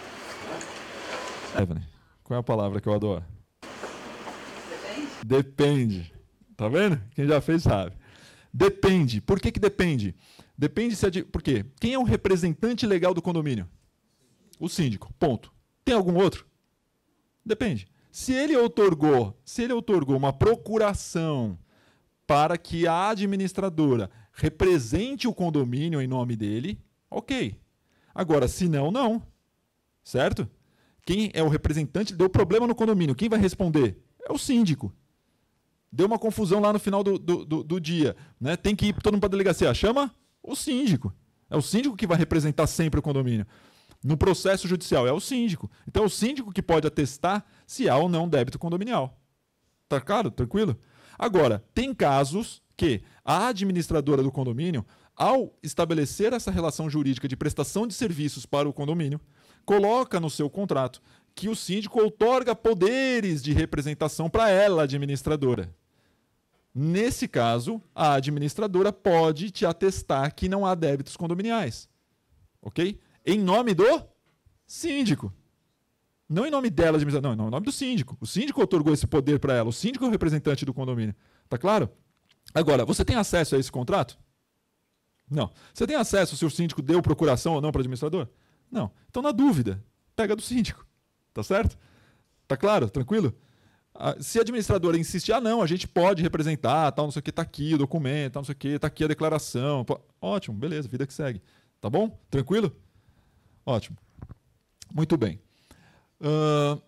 Né? Evelyn, qual é a palavra que eu adoro? Depende. Depende. Tá vendo? Quem já fez sabe. Depende. Por que que depende? Depende se é de... Por quê? Quem é o representante legal do condomínio? O síndico. Ponto. Tem algum outro? Depende. Se ele outorgou, se ele outorgou uma procuração para que a administradora represente o condomínio em nome dele, ok. Agora, se não, não. Certo? Quem é o representante, deu problema no condomínio, quem vai responder? É o síndico. Deu uma confusão lá no final do, do, do, do dia, né? Tem que ir todo mundo para a delegacia. Chama o síndico. É o síndico que vai representar sempre o condomínio. No processo judicial, é o síndico. Então, é o síndico que pode atestar se há ou não débito condominial. Tá claro? Tranquilo? Agora, tem casos que a administradora do condomínio, ao estabelecer essa relação jurídica de prestação de serviços para o condomínio, coloca no seu contrato que o síndico outorga poderes de representação para ela, administradora. Nesse caso, a administradora pode te atestar que não há débitos condominiais. Ok? Em nome do síndico. Não em nome dela, administradora, não, em nome do síndico. O síndico otorgou esse poder para ela. O síndico é o representante do condomínio. Tá claro? Agora, você tem acesso a esse contrato? Não. Você tem acesso se o síndico deu procuração ou não para o administrador? Não. Então, na dúvida, pega do síndico. Tá certo? Tá claro? Tranquilo? Se a administradora insistir, ah, não, a gente pode representar, tal, não sei o que, tá aqui o documento, tal, não sei o que, tá aqui a declaração. Pô, ótimo, beleza, vida que segue. Tá bom? Tranquilo? Ótimo. Muito bem. Uh,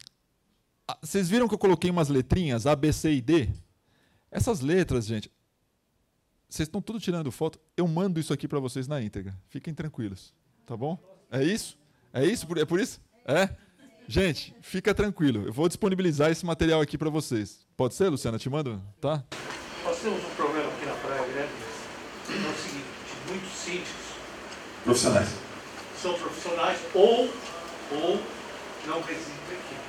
vocês viram que eu coloquei umas letrinhas, A, B, C e D? Essas letras, gente, vocês estão tudo tirando foto, eu mando isso aqui para vocês na íntegra. Fiquem tranquilos, tá bom? É isso? É isso? É por isso? É? Gente, fica tranquilo. Eu vou disponibilizar esse material aqui para vocês. Pode ser, Luciana? Te mando? Tá? Nós temos um problema aqui na Praia Grande, é o seguinte, muitos síndicos Profissionais. são profissionais ou, ou não residem aqui.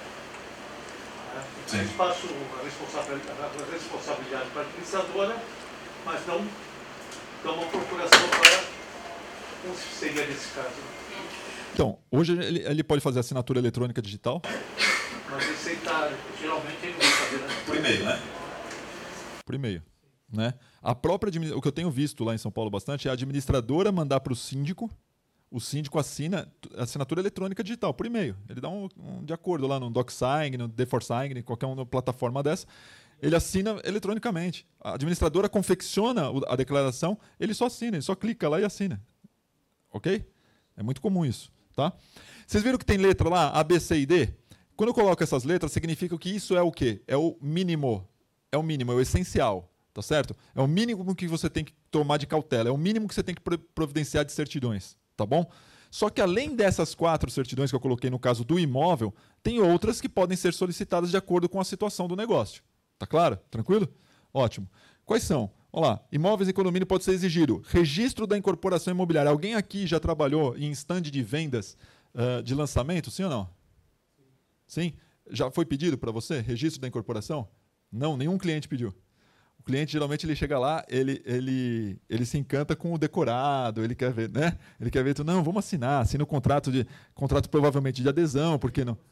Né? Então, eles passam a responsabilidade, a responsabilidade para a administradora, mas não dão uma procuração para, como seria nesse caso. Então, hoje ele, ele pode fazer assinatura eletrônica digital? Mas esse aí tá, geralmente ele não vai fazer, né? Por e-mail, né? Por e-mail. Né? A própria, o que eu tenho visto lá em São Paulo bastante é a administradora mandar para o síndico, o síndico assina assinatura eletrônica digital, por e-mail. Ele dá um, um de acordo lá no DocSign, no D quatro Sign, qualquer uma plataforma dessa, ele assina eletronicamente. A administradora confecciona a declaração, ele só assina, ele só clica lá e assina. Ok? É muito comum isso. Tá? Vocês viram que tem letra lá, A, B, C e D? Quando eu coloco essas letras, significa que isso é o quê? É o mínimo. É o mínimo, é o essencial. Tá certo? É o mínimo que você tem que tomar de cautela. É o mínimo que você tem que providenciar de certidões. Tá bom? Só que além dessas quatro certidões que eu coloquei no caso do imóvel, tem outras que podem ser solicitadas de acordo com a situação do negócio. Tá claro? Tranquilo? Ótimo. Quais são? Olha lá, imóveis e condomínio pode ser exigido registro da incorporação imobiliária. Alguém aqui já trabalhou em stand de vendas uh, de lançamento, sim ou não? Sim? Já foi pedido para você registro da incorporação? Não, nenhum cliente pediu. O cliente, geralmente, ele chega lá, ele, ele, ele se encanta com o decorado, ele quer ver, né? Ele quer ver, tu, não, vamos assinar, assina o contrato, de, contrato provavelmente de adesão, porque não...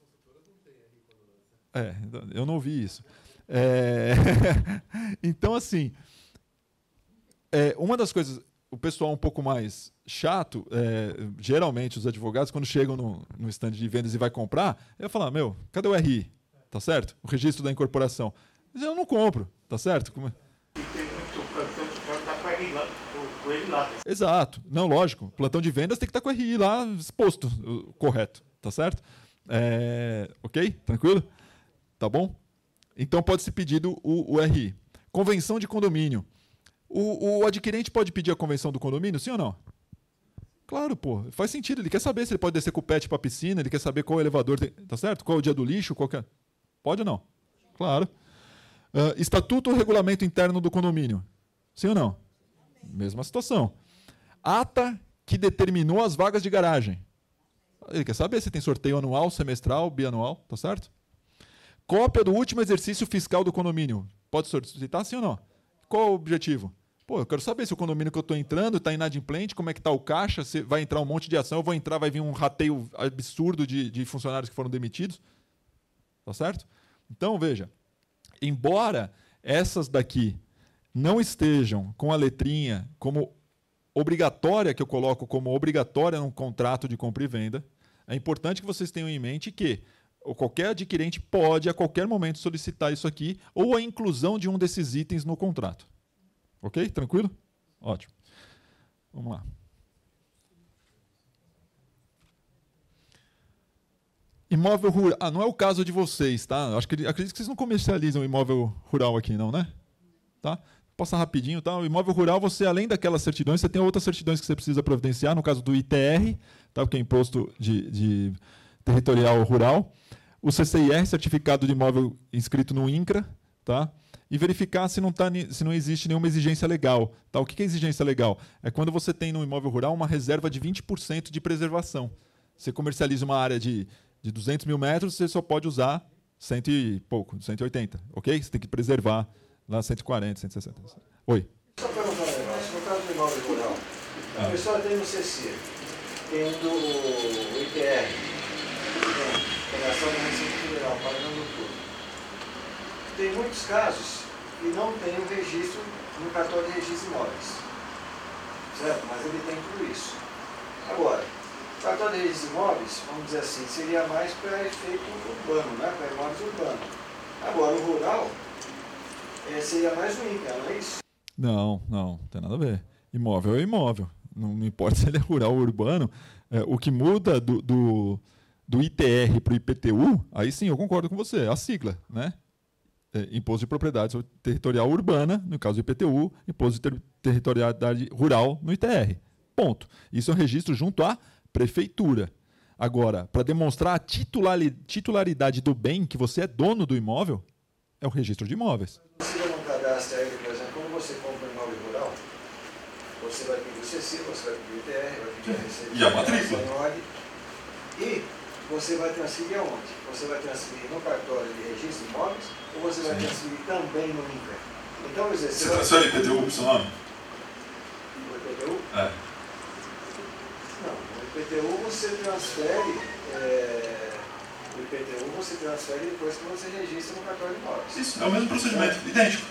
É, eu não ouvi isso. É... Então, assim... É, uma das coisas, o pessoal um pouco mais chato, é, geralmente os advogados, quando chegam no, no stand de vendas e vai comprar, eu falo, meu, cadê o R I? Tá certo? O registro da incorporação. Mas eu não compro, tá certo? Como... E tem muito plantão que pode estar com o R I lá, com ele lá. Exato. Não, lógico. Plantão de vendas tem que estar com o R I lá exposto, correto, tá certo? É, ok? Tranquilo? Tá bom? Então pode ser pedido o, o R I. Convenção de condomínio. O, o adquirente pode pedir a convenção do condomínio, sim ou não? Claro, pô. Faz sentido. Ele quer saber se ele pode descer com o pet para a piscina, ele quer saber qual elevador tem, tá certo? Qual é o dia do lixo, qual que é... Pode ou não? Claro. Uh, estatuto ou regulamento interno do condomínio? Sim ou não? Mesma situação. Ata que determinou as vagas de garagem. Ele quer saber se tem sorteio anual, semestral, bianual, tá certo? Cópia do último exercício fiscal do condomínio. Pode solicitar, sim ou não? Qual o objetivo? Pô, eu quero saber se o condomínio que eu estou entrando está inadimplente, como é que está o caixa, se vai entrar um monte de ação, eu vou entrar, vai vir um rateio absurdo de, de funcionários que foram demitidos. Tá certo? Então, veja, embora essas daqui não estejam com a letrinha como obrigatória, que eu coloco como obrigatória num contrato de compra e venda, é importante que vocês tenham em mente que qualquer adquirente pode, a qualquer momento, solicitar isso aqui ou a inclusão de um desses itens no contrato. Ok? Tranquilo? Ótimo. Vamos lá. Imóvel rural. Ah, não é o caso de vocês, tá? Acho que, acredito que vocês não comercializam imóvel rural aqui, não, né? Tá? Passar rapidinho, tá? O imóvel rural, você, além daquelas certidões, você tem outras certidões que você precisa providenciar, no caso do I T R, tá? Que é Imposto de, de Territorial Rural. O C C I R, Certificado de Imóvel inscrito no INCRA, tá? E verificar se não, tá, se não existe nenhuma exigência legal. Tá? O que é exigência legal? É quando você tem no imóvel rural uma reserva de vinte por cento de preservação. Você comercializa uma área de, de duzentos mil metros, você só pode usar cento e pouco, cento e oitenta, ok? Você tem que preservar Lá cento e quarenta, cento e sessenta. Oi. Só para perguntar um negócio, no caso do imóvel rural, a pessoa tem no C C, tem do I T R, tem Operação da Receita Federal, pagando tudo. Tem muitos casos que não tem o registro no cartório de registro de imóveis, certo? Mas ele tem tudo isso. Agora, o cartório de registro de imóveis, vamos dizer assim, seria mais para efeito urbano, né? Para imóveis urbanos. Agora, o rural é, seria mais o INCRA, não é isso? Não, não, não tem nada a ver. Imóvel é imóvel. Não, não importa se ele é rural ou urbano. É, o que muda do, do, do I T R para o I P T U, aí sim, eu concordo com você, a sigla, né? É, Imposto de Propriedade Territorial Urbana, no caso do I P T U, Imposto de ter Territorialidade Rural no I T R. Ponto. Isso é um registro junto à prefeitura. Agora, para demonstrar a titularidade do bem, que você é dono do imóvel, é o registro de imóveis. Se você não cadastra ele, por exemplo, quando você compra um imóvel rural, você vai pedir o C C, você vai pedir o I T R, vai pedir a Receita. E a matrícula. E você vai transferir aonde? Você vai transferir no cartório de registro de imóveis ou você vai Sim. transferir também no INCRA? Então, quer dizer, Você vai- transfere I P T U para o seu nome? O I P T U? É. Não, o I P T U você transfere, é, o I P T U você transfere depois que você registra no cartório de imóveis. Isso, é o mesmo procedimento, idêntico.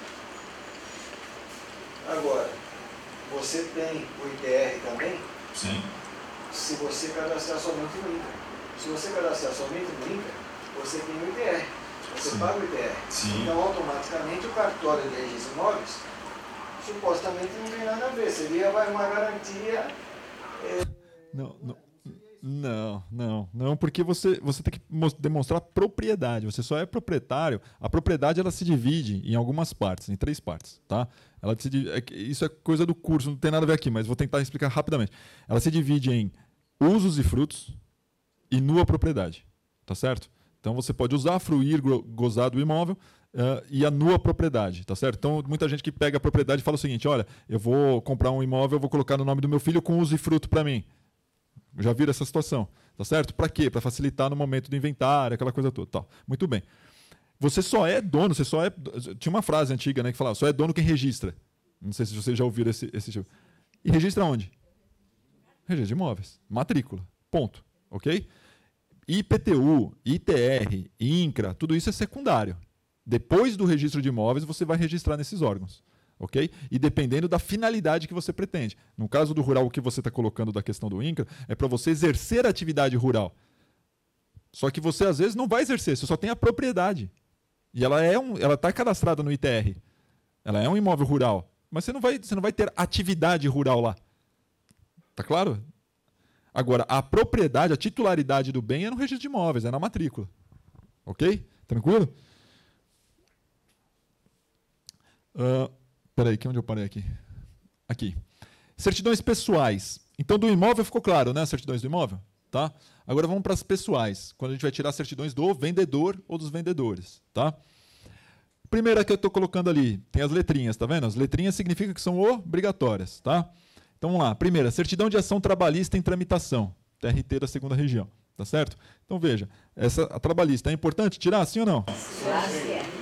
Agora, você tem o I T R também, Sim. se você cadastrar somente no INCRA. Se você cadastrar somente no INCRA, você tem o I T R. Você Sim. paga o I T R. Sim. Então, automaticamente, o cartório de registro de imóveis supostamente não tem nada a ver. Seria uma garantia. Não, não, não, não, não, porque você, você tem que mos- demonstrar propriedade. Você só é proprietário. A propriedade ela se divide em algumas partes, em três partes, tá? Ela se di- é que isso é coisa do curso, não tem nada a ver aqui, mas vou tentar explicar rapidamente. Ela se divide em usos e frutos e nua propriedade, tá certo? Então você pode usar, fruir, go- gozar do imóvel eh, e a nua propriedade, tá certo? Então muita gente que pega a propriedade e fala o seguinte: olha, eu vou comprar um imóvel, eu vou colocar no nome do meu filho com uso e fruto para mim. Já viram essa situação, tá certo? Para quê? Para facilitar no momento do inventário, aquela coisa toda. Tá. Muito bem. Você só é dono, você só é. Tinha uma frase antiga, né, que falava: só é dono quem registra. Não sei se vocês já ouviram esse, esse tipo. E registra onde? Registro de imóveis. Matrícula. Ponto. Ok? I P T U, I T R, INCRA, tudo isso é secundário. Depois do registro de imóveis, você vai registrar nesses órgãos. Ok? E dependendo da finalidade que você pretende. No caso do rural, o que você está colocando da questão do INCRA é para você exercer a atividade rural. Só que você, às vezes, não vai exercer, você só tem a propriedade. E ela é um, ela está cadastrada no I T R. Ela é um imóvel rural. Mas você não vai, você não vai ter atividade rural lá. Tá claro? Agora, a propriedade, a titularidade do bem é no registro de imóveis, é na matrícula. Ok? Tranquilo? Uh, peraí, que onde eu parei aqui? Aqui. Certidões pessoais. Então, do imóvel ficou claro, né? As certidões do imóvel? Tá? Agora vamos para as pessoais, quando a gente vai tirar as certidões do vendedor ou dos vendedores. Tá? Primeira que eu estou colocando ali, tem as letrinhas, tá vendo? As letrinhas significam que são obrigatórias. Tá? Então vamos lá. Primeira, certidão de ação trabalhista em tramitação. T R T da segunda região. Tá certo? Então veja, essa, a trabalhista é importante tirar, sim ou não? Claro que é.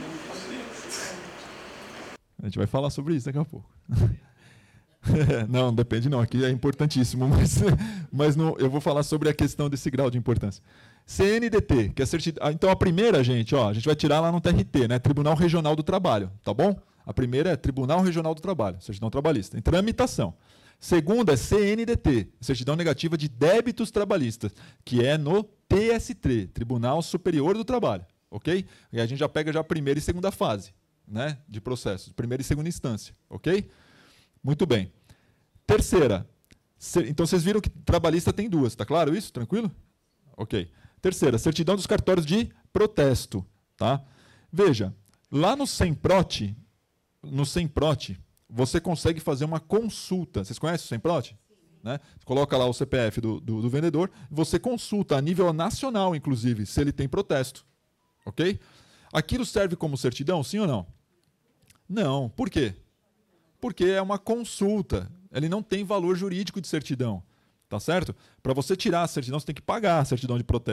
A gente vai falar sobre isso daqui a pouco. Não, depende não, aqui é importantíssimo, mas, mas não, eu vou falar sobre a questão desse grau de importância. C N D T, que é certidão. Então a primeira, gente, ó, a gente vai tirar lá no T R T, né? Tribunal Regional do Trabalho, tá bom? A primeira é Tribunal Regional do Trabalho, certidão trabalhista, em tramitação. Segunda é C N D T, certidão negativa de débitos trabalhistas, que é no T S T, Tribunal Superior do Trabalho, ok? E a gente já pega já a primeira e segunda fase, né, de processo, primeira e segunda instância, ok? Muito bem. Terceira. Então, vocês viram que trabalhista tem duas, tá claro isso? Tranquilo? Ok. Terceira, certidão dos cartórios de protesto. Tá? Veja, lá no SEMPROT, no SEMPROT, você consegue fazer uma consulta. Vocês conhecem o SEMPROT? Né? Você coloca lá o C P F do, do, do vendedor, você consulta a nível nacional, inclusive, se ele tem protesto. Ok? Aquilo serve como certidão, sim ou não? Não. Por quê? Porque é uma consulta. Ele não tem valor jurídico de certidão. Tá certo? Para você tirar a certidão, você tem que pagar a certidão de protesto.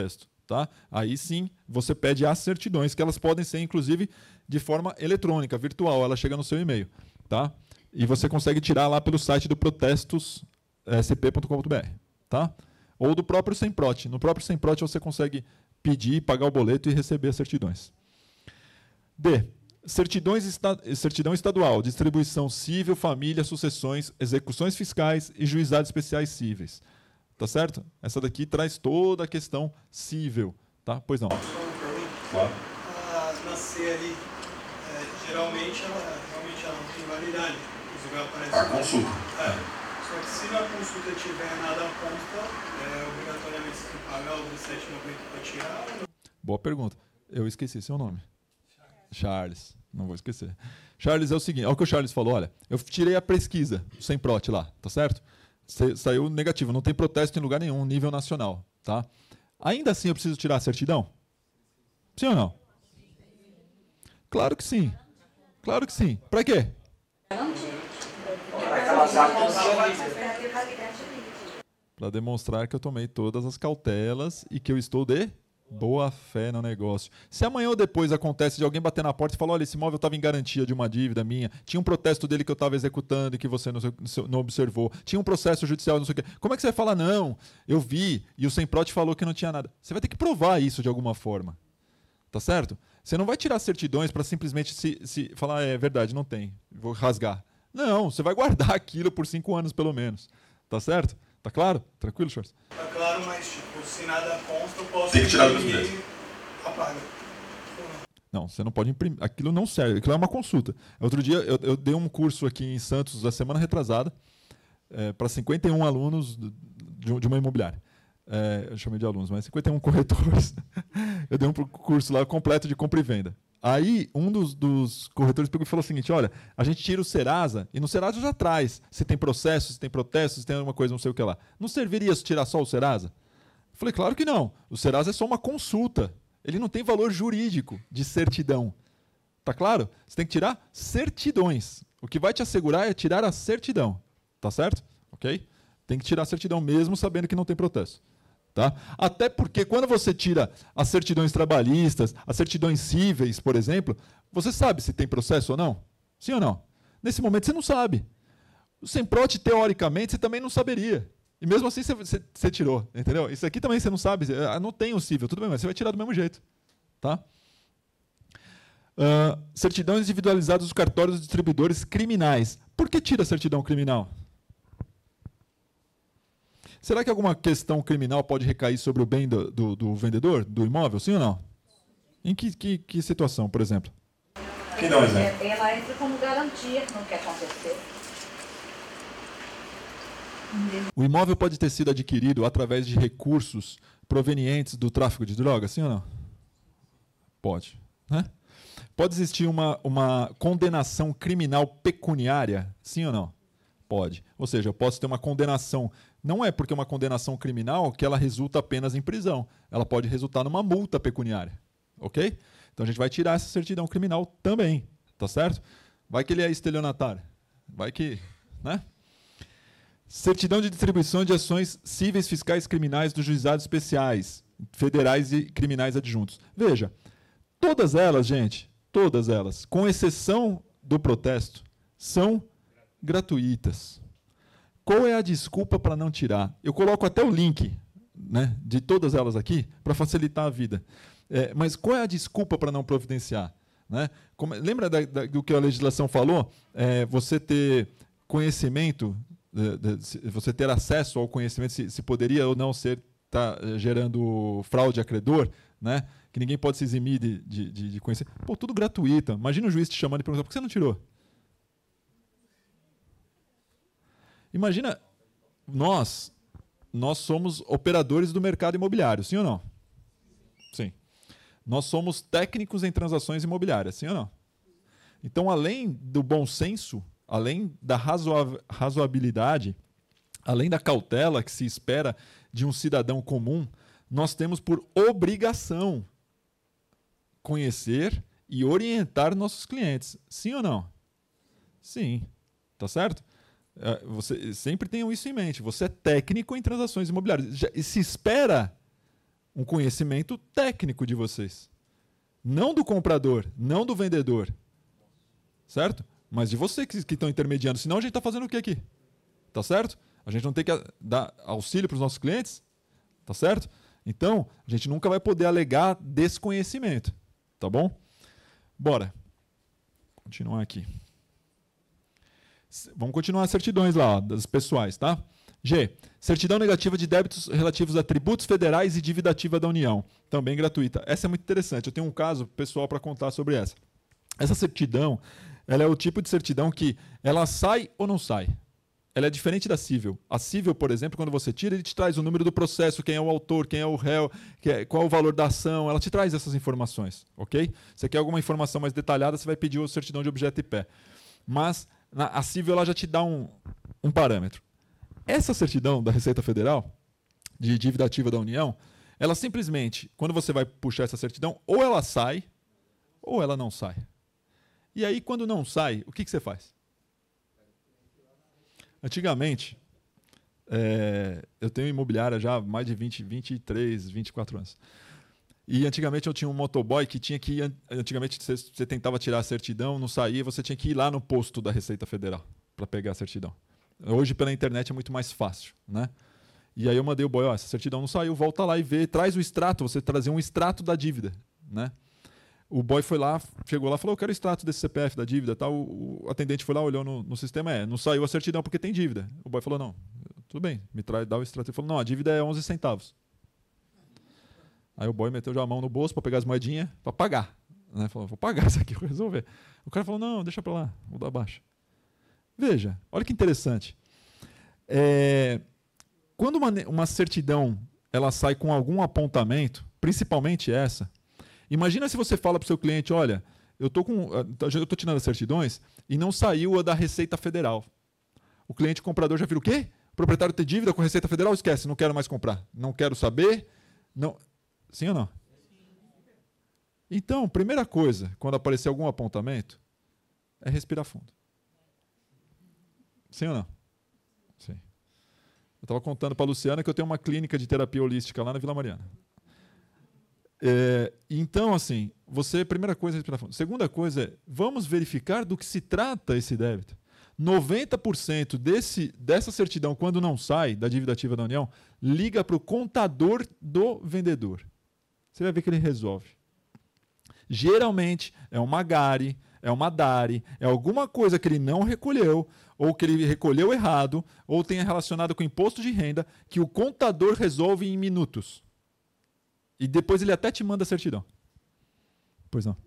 Tá? Aí sim, você pede as certidões, que elas podem ser, inclusive, de forma eletrônica, virtual. Ela chega no seu e-mail. Tá? E você consegue tirar lá pelo site do protestos s p ponto com ponto b r. Tá? Ou do próprio Semprot. No próprio Semprot você consegue pedir, pagar o boleto e receber as certidões. D. Certidões esta, certidão estadual, distribuição civil, família, sucessões, execuções fiscais e juizados especiais cíveis. Tá certo? Essa daqui traz toda a questão cível. Tá? Pois não. Claro. A nascer ali, é, geralmente ela, realmente ela não tem validade. Inclusive ela aparece A consulta. É. Só que se na consulta tiver nada consta, é, obrigatoriamente você tem que pagar o dezessete reais e noventa centavos para tirar. Ou não? Boa pergunta. Eu esqueci seu nome. Charles. Não vou esquecer. Charles é o seguinte, olha o que o Charles falou, olha, eu tirei a pesquisa, o Semprot lá, tá certo? Saiu negativo, não tem protesto em lugar nenhum, nível nacional, tá? Ainda assim eu preciso tirar a certidão? Sim ou não? Claro que sim. Claro que sim. Para quê? Para demonstrar que eu tomei todas as cautelas e que eu estou de boa fé no negócio. Se amanhã ou depois acontece de alguém bater na porta e falar, olha, esse imóvel estava em garantia de uma dívida minha, tinha um protesto dele que eu estava executando e que você não, não observou, tinha um processo judicial, não sei o quê. Como é que você vai falar, não, eu vi e o Semprot falou que não tinha nada? Você vai ter que provar isso de alguma forma. Tá certo? Você não vai tirar certidões para simplesmente se, se falar, é verdade, não tem, vou rasgar. Não, você vai guardar aquilo por cinco anos pelo menos. Tá certo? Tá claro? Tranquilo, Charles? Tá claro, mas tipo, se nada consta, eu posso Tem que tirar do imprimir mesmo. apaga. Não, você não pode imprimir. Aquilo não serve. Aquilo é uma consulta. Outro dia eu, eu dei um curso aqui em Santos, a semana retrasada, é, para cinquenta e um alunos de, de uma imobiliária. É, eu chamei de alunos, mas cinquenta e um corretores. Eu dei um curso lá completo de compra e venda. Aí, um dos, dos corretores pegou e falou o seguinte, olha, a gente tira o Serasa, e no Serasa já traz se tem processo, se tem protesto, se tem alguma coisa, não sei o que lá. Não serviria se tirar só o Serasa? Eu falei, claro que não. O Serasa é só uma consulta. Ele não tem valor jurídico de certidão. Tá claro? Você tem que tirar certidões. O que vai te assegurar é tirar a certidão. Tá certo? Ok? Tem que tirar a certidão mesmo sabendo que não tem protesto. Tá? Até porque quando você tira as certidões trabalhistas, as certidões cíveis, por exemplo, você sabe se tem processo ou não? Sim ou não? Nesse momento você não sabe. O Semprot, teoricamente, você também não saberia. E mesmo assim você, você, você tirou, entendeu? Isso aqui também você não sabe, não tem o cível, tudo bem, mas você vai tirar do mesmo jeito. Tá? Uh, certidões individualizadas dos cartórios dos distribuidores criminais. Por que tira a certidão criminal? Será que alguma questão criminal pode recair sobre o bem do, do, do vendedor, do imóvel, sim ou não? Em que, que, que situação, por exemplo? Quem dá um exemplo? Ela entra como garantia no que aconteceu. O imóvel pode ter sido adquirido através de recursos provenientes do tráfico de drogas, sim ou não? Pode. Né? Pode existir uma, uma condenação criminal pecuniária, sim ou não? Pode. Ou seja, eu posso ter uma condenação. Não é porque é uma condenação criminal que ela resulta apenas em prisão. Ela pode resultar numa multa pecuniária. Ok? Então a gente vai tirar essa certidão criminal também. Tá certo? Vai que ele é estelionatário. Vai que... né? Certidão de distribuição de ações cíveis, fiscais, criminais dos juizados especiais, federais e criminais adjuntos. Veja, todas elas, gente, todas elas, com exceção do protesto, são gratuitas. Qual é a desculpa para não tirar? Eu coloco até o link, né, de todas elas aqui para facilitar a vida. É, mas qual é a desculpa para não providenciar? Né? Como, lembra da, da, do que a legislação falou? É, você ter conhecimento, de, de, você ter acesso ao conhecimento, se, se poderia ou não ser tá, gerando fraude a credor, né? Que ninguém pode se eximir de, de, de, de conhecer. Pô, tudo gratuito. Imagina o juiz te chamando e perguntando, por que você não tirou? Imagina, nós, nós somos operadores do mercado imobiliário, sim ou não? Sim. Nós somos técnicos em transações imobiliárias, sim ou não? Então, além do bom senso, além da razoa- razoabilidade, além da cautela que se espera de um cidadão comum, nós temos por obrigação conhecer e orientar nossos clientes, sim ou não? Sim. Tá certo? Você sempre tenham isso em mente. Você é técnico em transações imobiliárias. Já, e se espera um conhecimento técnico de vocês. Não do comprador, não do vendedor. Certo? Mas de vocês que estão intermediando. Senão a gente está fazendo o que aqui? Tá certo? A gente não tem que dar auxílio para os nossos clientes? Tá certo? Então, a gente nunca vai poder alegar desconhecimento. Tá bom? Bora. Continuar aqui. Vamos continuar as certidões lá, ó, das pessoais, tá? G. Certidão negativa de débitos relativos a tributos federais e dívida ativa da União. Também gratuita. Essa é muito interessante. Eu tenho um caso pessoal para contar sobre essa. Essa certidão, ela é o tipo de certidão que ela sai ou não sai. Ela é diferente da cível. A cível, por exemplo, quando você tira, ele te traz o número do processo, quem é o autor, quem é o réu, qual é o valor da ação. Ela te traz essas informações, ok? Você quer alguma informação mais detalhada, você vai pedir a certidão de objeto e pé. Mas a cível ela já te dá um, um parâmetro. Essa certidão da Receita Federal, de dívida ativa da União, ela simplesmente, quando você vai puxar essa certidão, ou ela sai, ou ela não sai. E aí, quando não sai, o que, que você faz? Antigamente, é, eu tenho imobiliária já há mais de vinte, vinte e três, vinte e quatro anos. E antigamente eu tinha um motoboy que tinha que ir, antigamente você, você tentava tirar a certidão, não saía, você tinha que ir lá no posto da Receita Federal para pegar a certidão. Hoje pela internet é muito mais fácil, né? E aí eu mandei o boy, ó, essa certidão não saiu, volta lá e vê, traz o extrato, você trazer um extrato da dívida, né? O boy foi lá, chegou lá, falou, eu quero o extrato desse C P F da dívida, tal. O, o atendente foi lá, olhou no, no sistema, é, não saiu a certidão porque tem dívida. O boy falou, não, tudo bem, me traz, dá o extrato. Ele falou, não, a dívida é onze centavos. Aí o boy meteu já a mão no bolso para pegar as moedinhas para pagar, né? Falou, vou pagar isso aqui, vou resolver. O cara falou, não, deixa para lá, vou dar baixa. Veja, olha que interessante. É, quando uma, uma certidão ela sai com algum apontamento, principalmente essa, imagina se você fala para o seu cliente, olha, eu tô com, eu estou tirando as certidões e não saiu a da Receita Federal. O cliente comprador já vira o quê? O proprietário tem dívida com a Receita Federal? Esquece, não quero mais comprar. Não quero saber. Não... Sim ou não? Então, primeira coisa, quando aparecer algum apontamento, é respirar fundo. Sim ou não? Sim. Eu estava contando para a Luciana que eu tenho uma clínica de terapia holística lá na Vila Mariana. É, então, assim, você, primeira coisa, respirar fundo. Segunda coisa é, vamos verificar do que se trata esse débito. noventa por cento desse, dessa certidão, quando não sai da dívida ativa da União, liga para o contador do vendedor. Você vai ver que ele resolve. Geralmente é uma Gari, é uma Dari, é alguma coisa que ele não recolheu, ou que ele recolheu errado, ou tenha relacionado com imposto de renda, que o contador resolve em minutos. E depois ele até te manda a certidão. Pois não.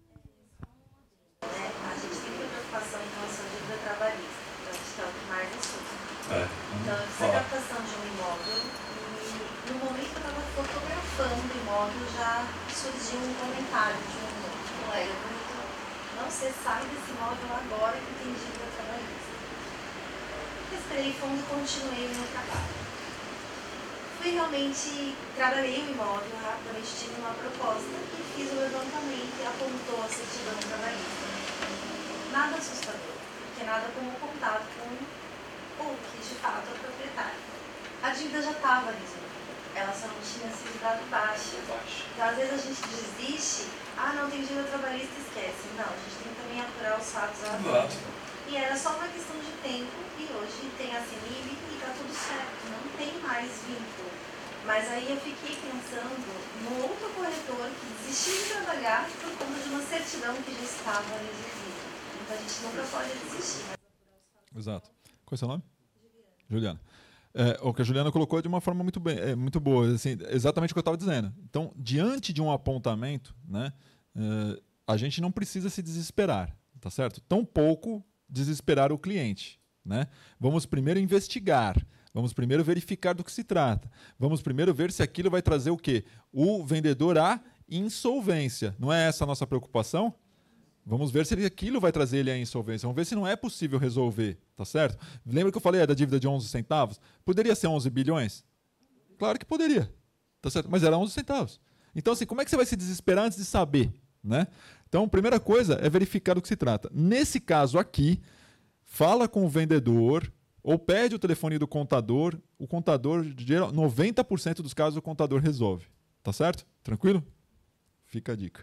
É, a gente tem preocupação em relação à dívida trabalhista, então a gente está mais assunto. É. Então, eu fiz a captação de um imóvel e no momento que eu estava fotografando o imóvel já surgiu um comentário de um colega bonito. Não, você sai desse imóvel agora que tem dívida trabalhista. Respirei fundo e continuei o meu trabalho. Fui realmente, trabalhei o imóvel, rapidamente tive uma proposta e fiz o levantamento e apontou a certidão trabalhista. Nada assustador, porque nada como contato com o que de fato é o proprietário. A dívida já estava resolvida, ela só não tinha sido dado baixa. Então às vezes a gente desiste, ah não, tem dívida trabalhista, esquece. Não, a gente tem que também apurar os fatos lá dentro. E era só uma questão de tempo e hoje tem a CEMIB e está tudo certo, não tem mais vínculo. Mas aí eu fiquei pensando no outro corretor que desistiu de trabalhar por conta de uma certidão que já estava resolvida. Então a gente nunca pode desistir. Exato. Qual é o seu nome? Juliana. É, o que a Juliana colocou de uma forma muito, bem, é, muito boa, assim, exatamente o que eu estava dizendo. Então, diante de um apontamento, né, é, a gente não precisa se desesperar, tá certo? Tampouco desesperar o cliente, né? Vamos primeiro investigar, vamos primeiro verificar do que se trata, vamos primeiro ver se aquilo vai trazer o quê? O vendedor à insolvência. Não é essa a nossa preocupação? Vamos ver se aquilo vai trazer ele à insolvência. Vamos ver se não é possível resolver, tá certo? Lembra que eu falei é, da dívida de onze centavos? Poderia ser onze bilhões? Claro que poderia, tá certo? Mas era onze centavos. Então, assim, como é que você vai se desesperar antes de saber, né? Então, a primeira coisa é verificar do que se trata. Nesse caso aqui, fala com o vendedor ou pede o telefone do contador. O contador, noventa por cento dos casos, o contador resolve. Tá certo? Tranquilo? Fica a dica.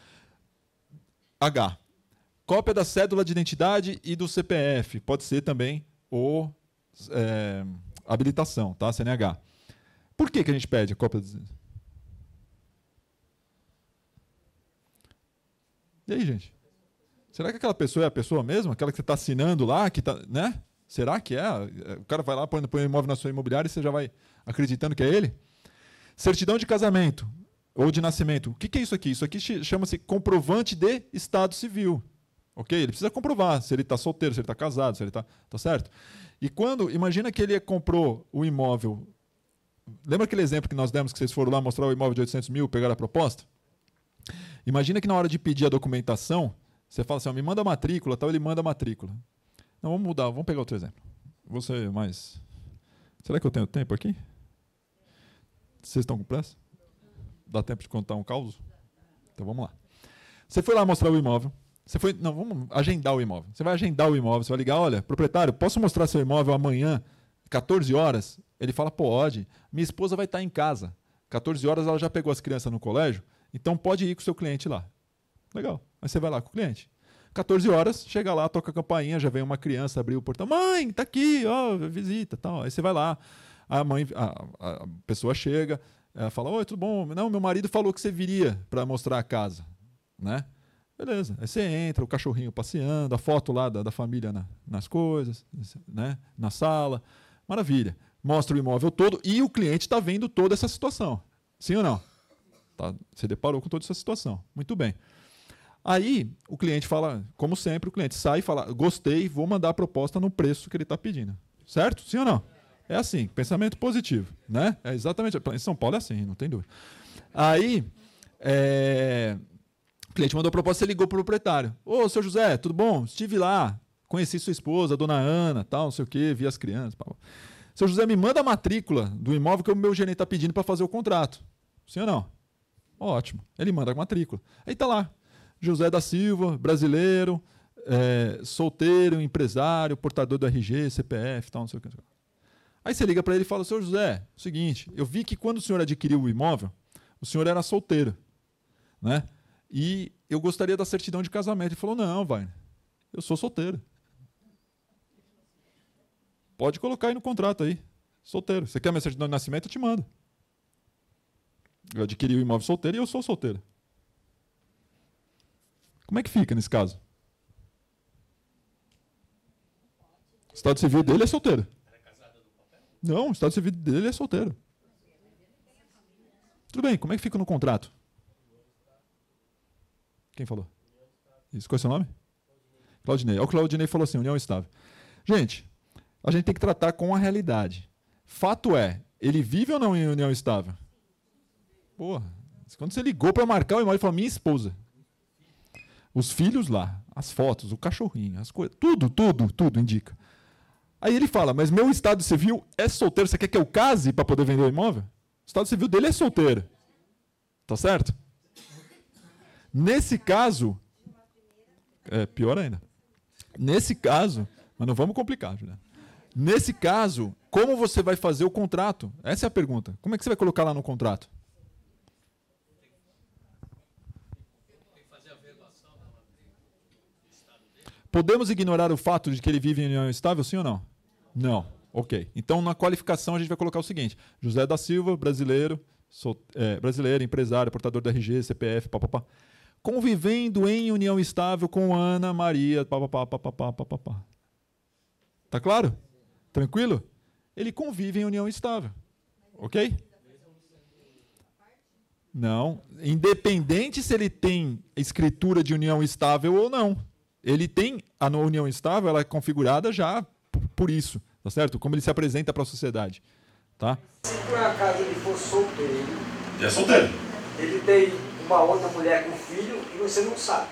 H. Cópia da cédula de identidade e do C P F. Pode ser também o é, habilitação, tá? C N H. Por que, que a gente pede a cópia? Do... E aí, gente? Será que aquela pessoa é a pessoa mesmo? Aquela que você está assinando lá? Que tá, né? Será que é? O cara vai lá, põe, põe o imóvel na sua imobiliária e você já vai acreditando que é ele? Certidão de casamento ou de nascimento. O que, que é isso aqui? Isso aqui chama-se comprovante de estado civil. Ok? Ele precisa comprovar se ele está solteiro, se ele está casado, se ele está... Tá certo? E quando... Imagina que ele comprou o imóvel... Lembra aquele exemplo que nós demos que vocês foram lá mostrar o imóvel de oitocentos mil, pegaram a proposta? Imagina que na hora de pedir a documentação, você fala assim, ó, me manda a matrícula, tal, ele manda a matrícula. Não, vamos mudar, vamos pegar outro exemplo. Você mais... Será que eu tenho tempo aqui? Vocês estão com pressa? Dá tempo de contar um caos? Então vamos lá. Você foi lá mostrar o imóvel. Você foi... Não, vamos agendar o imóvel. Você vai agendar o imóvel, você vai ligar, olha, proprietário, posso mostrar seu imóvel amanhã, quatorze horas? Ele fala, pode. Minha esposa vai estar em casa. quatorze horas ela já pegou as crianças no colégio, então pode ir com o seu cliente lá. Legal. Aí você vai lá com o cliente. quatorze horas, chega lá, toca a campainha, já vem uma criança, abriu o portão. Mãe, tá aqui, ó, visita, tal. Aí você vai lá, a mãe, a, a pessoa chega, ela fala, oi, tudo bom? Não, meu marido falou que você viria para mostrar a casa, né? Beleza. Aí você entra, o cachorrinho passeando, a foto lá da, da família na, nas coisas, né? Na sala. Maravilha. Mostra o imóvel todo e o cliente está vendo toda essa situação. Sim ou não? Tá, você deparou com toda essa situação. Muito bem. Aí o cliente fala, como sempre, o cliente sai e fala, gostei, vou mandar a proposta no preço que ele está pedindo. Certo? Sim ou não? É assim, pensamento positivo. Né? É exatamente. Em São Paulo é assim, não tem dúvida. Aí, é, o cliente mandou a proposta, você ligou para o proprietário. Ô, seu José, tudo bom? Estive lá, conheci sua esposa, a dona Ana, tal, não sei o quê, vi as crianças. Pá. Seu José, me manda a matrícula do imóvel que o meu gerente está pedindo para fazer o contrato. Sim ou não? Ótimo. Ele manda a matrícula. Aí está lá. José da Silva, brasileiro, é, solteiro, empresário, portador do R G, C P F, tal, não sei o que. Aí você liga para ele e fala, seu José, o seguinte, eu vi que quando o senhor adquiriu o imóvel, o senhor era solteiro, né? E eu gostaria da certidão de casamento. Ele falou, não, vai, eu sou solteiro. Pode colocar aí no contrato aí, solteiro. Você quer minha certidão de nascimento? Eu te mando. Eu adquiri o imóvel solteiro e eu sou solteiro. Como é que fica nesse caso? O estado civil dele é solteiro. Não, o estado civil dele é solteiro. Tudo bem, como é que fica no contrato? Quem falou? Isso, qual é o seu nome? Claudinei. O Claudinei falou assim, união estável. Gente, a gente tem que tratar com a realidade. Fato é, ele vive ou não em união estável? Porra, quando você ligou para marcar o imóvel, ele falou, minha esposa. Os filhos lá, as fotos, o cachorrinho, as coisas, tudo, tudo, tudo indica. Aí ele fala, mas meu estado civil é solteiro, você quer que eu case para poder vender o imóvel? O estado civil dele é solteiro. Tá certo? Nesse caso, é pior ainda. Nesse caso, mas não vamos complicar, Juliana. Nesse caso, como você vai fazer o contrato? Essa é a pergunta. Como é que você vai colocar lá no contrato? Podemos ignorar o fato de que ele vive em união estável, sim ou não? Não. Ok. Então, na qualificação, a gente vai colocar o seguinte. José da Silva, brasileiro, sol, é, brasileiro, empresário, portador do R G, C P F, papapá. Convivendo em união estável com Ana Maria, papapá, papapá, papapá. Tá claro? Tranquilo? Ele convive em união estável. Ok? Não. Independente se ele tem escritura de união estável ou não. Ele tem a união estável, ela é configurada já por isso, tá certo? Como ele se apresenta para a sociedade, tá? Se por acaso ele for solteiro, Já é solteiro. ele tem uma outra mulher com filho e você não sabe.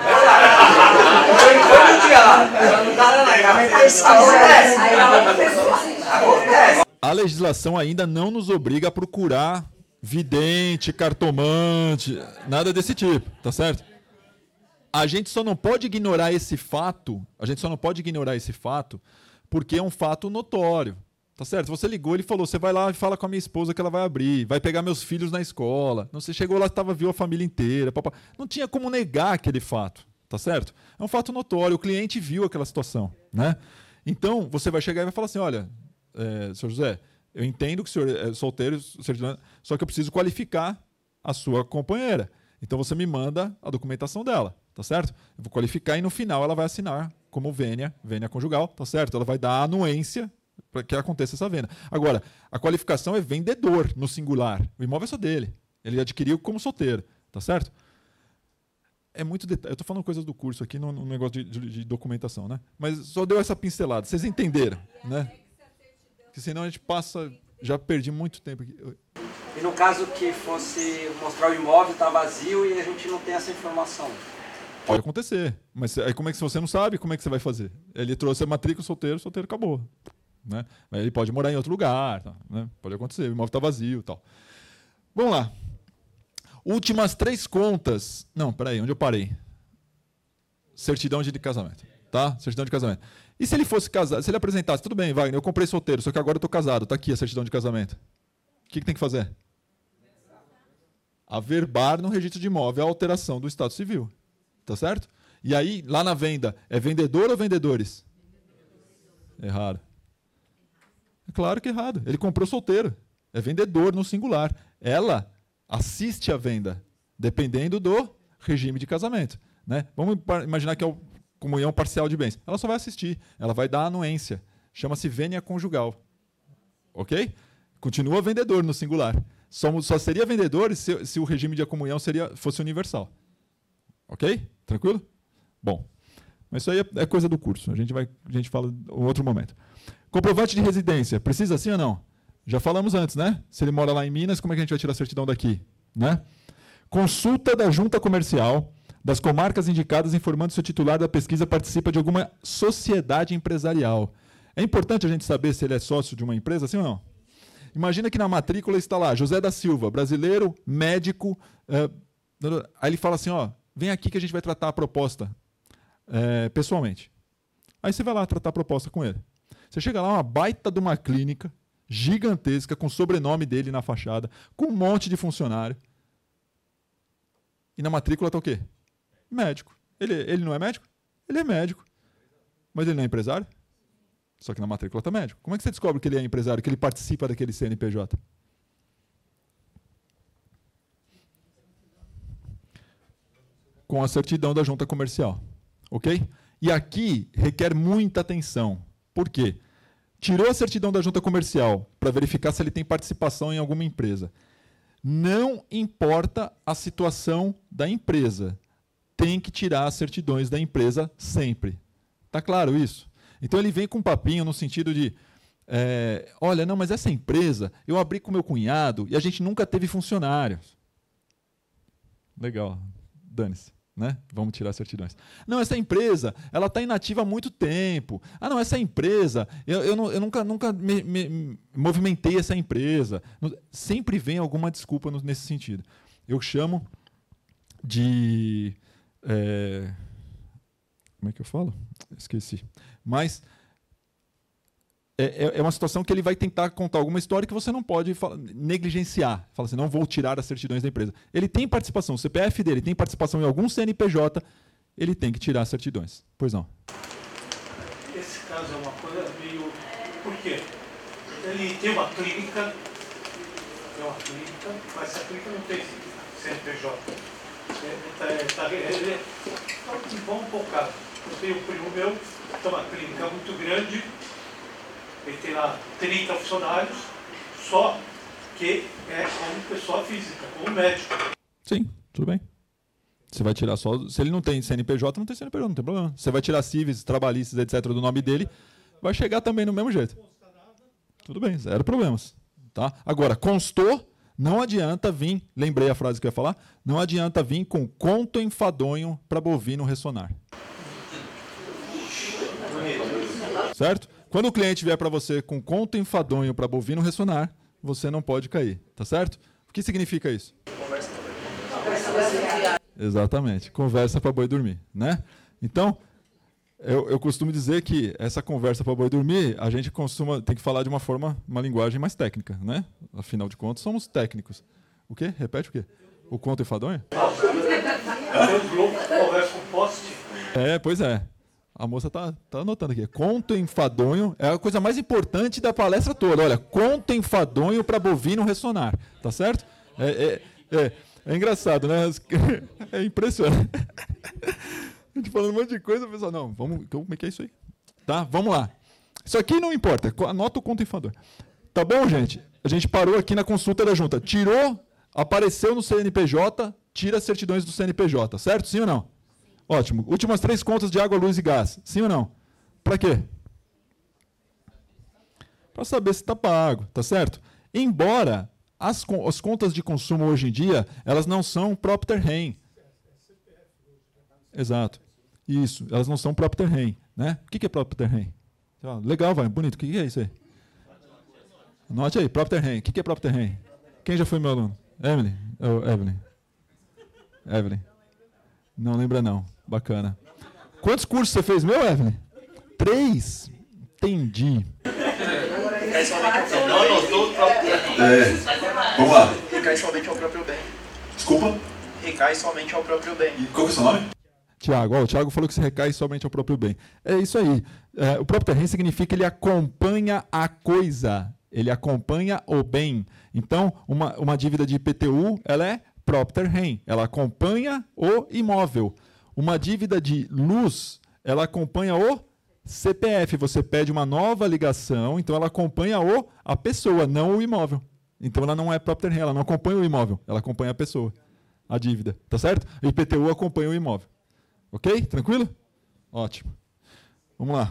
A legislação ainda não nos obriga a procurar vidente, cartomante, nada desse tipo, tá certo? A gente só não pode ignorar esse fato, a gente só não pode ignorar esse fato porque é um fato notório, Tá certo? Você ligou, ele falou, você vai lá e fala com a minha esposa que ela vai abrir, vai pegar meus filhos na escola. Não, você chegou lá, tava, viu a família inteira. Papá. Não tinha como negar aquele fato, tá certo? É um fato notório, o cliente viu aquela situação, né? Então, você vai chegar e vai falar assim, olha, é, senhor José, eu entendo que o senhor é solteiro, só que eu preciso qualificar a sua companheira. Então, você me manda a documentação dela, tá certo? Eu vou qualificar e no final ela vai assinar como vênia, vênia conjugal, tá certo? Ela vai dar a anuência para que aconteça essa venda. Agora, a qualificação é vendedor no singular. O imóvel é só dele. Ele adquiriu como solteiro, tá certo? É muito detalhe. Eu estou falando coisas do curso aqui no, no negócio de, de, de documentação, né? Mas só deu essa pincelada. Vocês entenderam, né? Porque senão a gente passa... Já perdi muito tempo aqui. E no caso que fosse mostrar o imóvel, está vazio e a gente não tem essa informação? Pode acontecer. Mas aí como é que se você não sabe, como é que você vai fazer? Ele trouxe a matrícula, solteiro, solteiro, acabou. Né? Mas ele pode morar em outro lugar, tá? Né? Pode acontecer, o imóvel está vazio e tal. Vamos lá. Últimas três contas. Não, peraí, onde eu parei? Certidão de casamento. Tá? Certidão de casamento. E se ele fosse casado, se ele apresentasse, tudo bem, Wagner, eu comprei solteiro, só que agora eu estou casado, está aqui a certidão de casamento. O que, que tem que fazer? Averbar no registro de imóvel a alteração do estado civil. Tá certo? E aí, lá na venda, é vendedor ou vendedores? Errado. É claro que é errado. Ele comprou solteiro. É vendedor no singular. Ela assiste a venda, dependendo do regime de casamento. Né? Vamos imaginar que é o comunhão parcial de bens. Ela só vai assistir. Ela vai dar anuência. Chama-se vênia conjugal. Ok? Continua vendedor no singular. Só, só seria vendedor se, se o regime de comunhão seria, fosse universal. Ok? Tranquilo? Bom. Mas isso aí é, é coisa do curso. A gente, vai, a gente fala em outro momento. Comprovante de residência. Precisa sim ou não? Já falamos antes, né? Se ele mora lá em Minas, como é que a gente vai tirar a certidão daqui? Né? Consulta da junta comercial das comarcas indicadas informando se o titular da pesquisa participa de alguma sociedade empresarial. É importante a gente saber se ele é sócio de uma empresa, sim ou não? Imagina que na matrícula está lá, José da Silva, brasileiro, médico. Uh, aí ele fala assim, ó, vem aqui que a gente vai tratar a proposta é, pessoalmente. Aí você vai lá tratar a proposta com ele. Você chega lá, uma baita de uma clínica gigantesca, com o sobrenome dele na fachada, com um monte de funcionário. E na matrícula está o quê? Médico. Ele, ele não é médico? Ele é médico. Mas ele não é empresário? Só que na matrícula está médico. Como é que você descobre que ele é empresário, que ele participa daquele C N P J? Com a certidão da junta comercial. Ok? E aqui requer muita atenção. Por quê? Tirou a certidão da junta comercial para verificar se ele tem participação em alguma empresa. Não importa a situação da empresa. Tem que tirar as certidões da empresa sempre. Tá claro isso? Então ele vem com um papinho no sentido de é, olha, não, mas essa empresa eu abri com meu cunhado e a gente nunca teve funcionários. Legal, dane-se. Né? Vamos tirar as certidões. Não, essa empresa ela está inativa há muito tempo. Ah, não, essa empresa, eu, eu, não, eu nunca, nunca me, me, movimentei essa empresa. Sempre vem alguma desculpa no, nesse sentido. Eu chamo de... É, como é que eu falo? Esqueci. Mas é, é uma situação que ele vai tentar contar alguma história que você não pode negligenciar. Fala assim, não vou tirar as certidões da empresa. Ele tem participação, o C P F dele tem participação em algum C N P J, ele tem que tirar as certidões. Pois não. Esse caso é uma coisa meio... Por quê? Ele tem uma clínica, tem uma clínica, mas essa clínica não tem C N P J. Ele está... Ele, vamos um pouco caso. Eu tenho um primo meu, tem uma clínica muito grande, ele tem lá trinta funcionários, só que é como pessoa física, como médico. Sim, tudo bem. Você vai tirar só... Se ele não tem C N P J, não tem C N P J, não tem problema. Você vai tirar civis, trabalhistas, etcétera do nome dele, vai chegar também no mesmo jeito. Tudo bem, zero problemas. Tá? Agora, constou, não adianta vir... Lembrei a frase que eu ia falar? Não adianta vir com conto enfadonho para bovino ressonar. Certo? Quando o cliente vier para você com conto enfadonho para bovino ressonar, você não pode cair, tá certo? O que significa isso? Conversa para boi. Exatamente, conversa para boi dormir, né? Então, Eu, eu costumo dizer que essa conversa para boi dormir, a gente costuma tem que falar de uma forma, uma linguagem mais técnica, né? Afinal de contas, somos técnicos. O quê? Repete o quê? O conto enfadonho? O Globo conversa com poste. É, pois é. A moça tá, tá anotando aqui. Conto enfadonho é a coisa mais importante da palestra toda. Olha, conto enfadonho para bovino ressonar. Tá certo? É, é, é, é engraçado, né? É impressionante. A gente falando um monte de coisa, o pessoal, não, vamos, como é que é isso aí? Tá, vamos lá. Isso aqui não importa, anota o conto enfadonho. Tá bom, gente? A gente parou aqui na consulta da junta. Tirou, apareceu no C N P J, tira as certidões do C N P J, certo? Sim ou não? Ótimo. Últimas três contas de água, luz e gás. Sim ou não? Para quê? Para saber se está pago, tá certo? Embora as, as contas de consumo hoje em dia, elas não são Propter Rem. Exato. Isso, elas não são Propter Rem, né? O que é Propter Rem? Legal, vai, bonito. O que é isso aí? Anote aí, Propter Rem. O que é Propter Rem? Quem já foi meu aluno? Emily? Oh, Evelyn. Evelyn. Não lembra não. Bacana. Quantos cursos você fez meu, Evelyn? Três. Entendi. Não anotou o próprio é. Vamos lá. Recai somente ao próprio bem. Desculpa? Recai somente ao próprio bem. E qual que é o seu nome? Tiago, ó, o Tiago falou que se recai somente ao próprio bem. É isso aí. É, o Propter Rem significa que ele acompanha a coisa. Ele acompanha o bem. Então, uma, uma dívida de I P T U, ela é Propter Rem. Ela acompanha o imóvel. Uma dívida de luz, ela acompanha o C P F. Você pede uma nova ligação, então ela acompanha o, a pessoa, não o imóvel. Então ela não é Propter Rem, ela não acompanha o imóvel, ela acompanha a pessoa, a dívida. Tá certo? O I P T U acompanha o imóvel. Ok? Tranquilo? Ótimo. Vamos lá.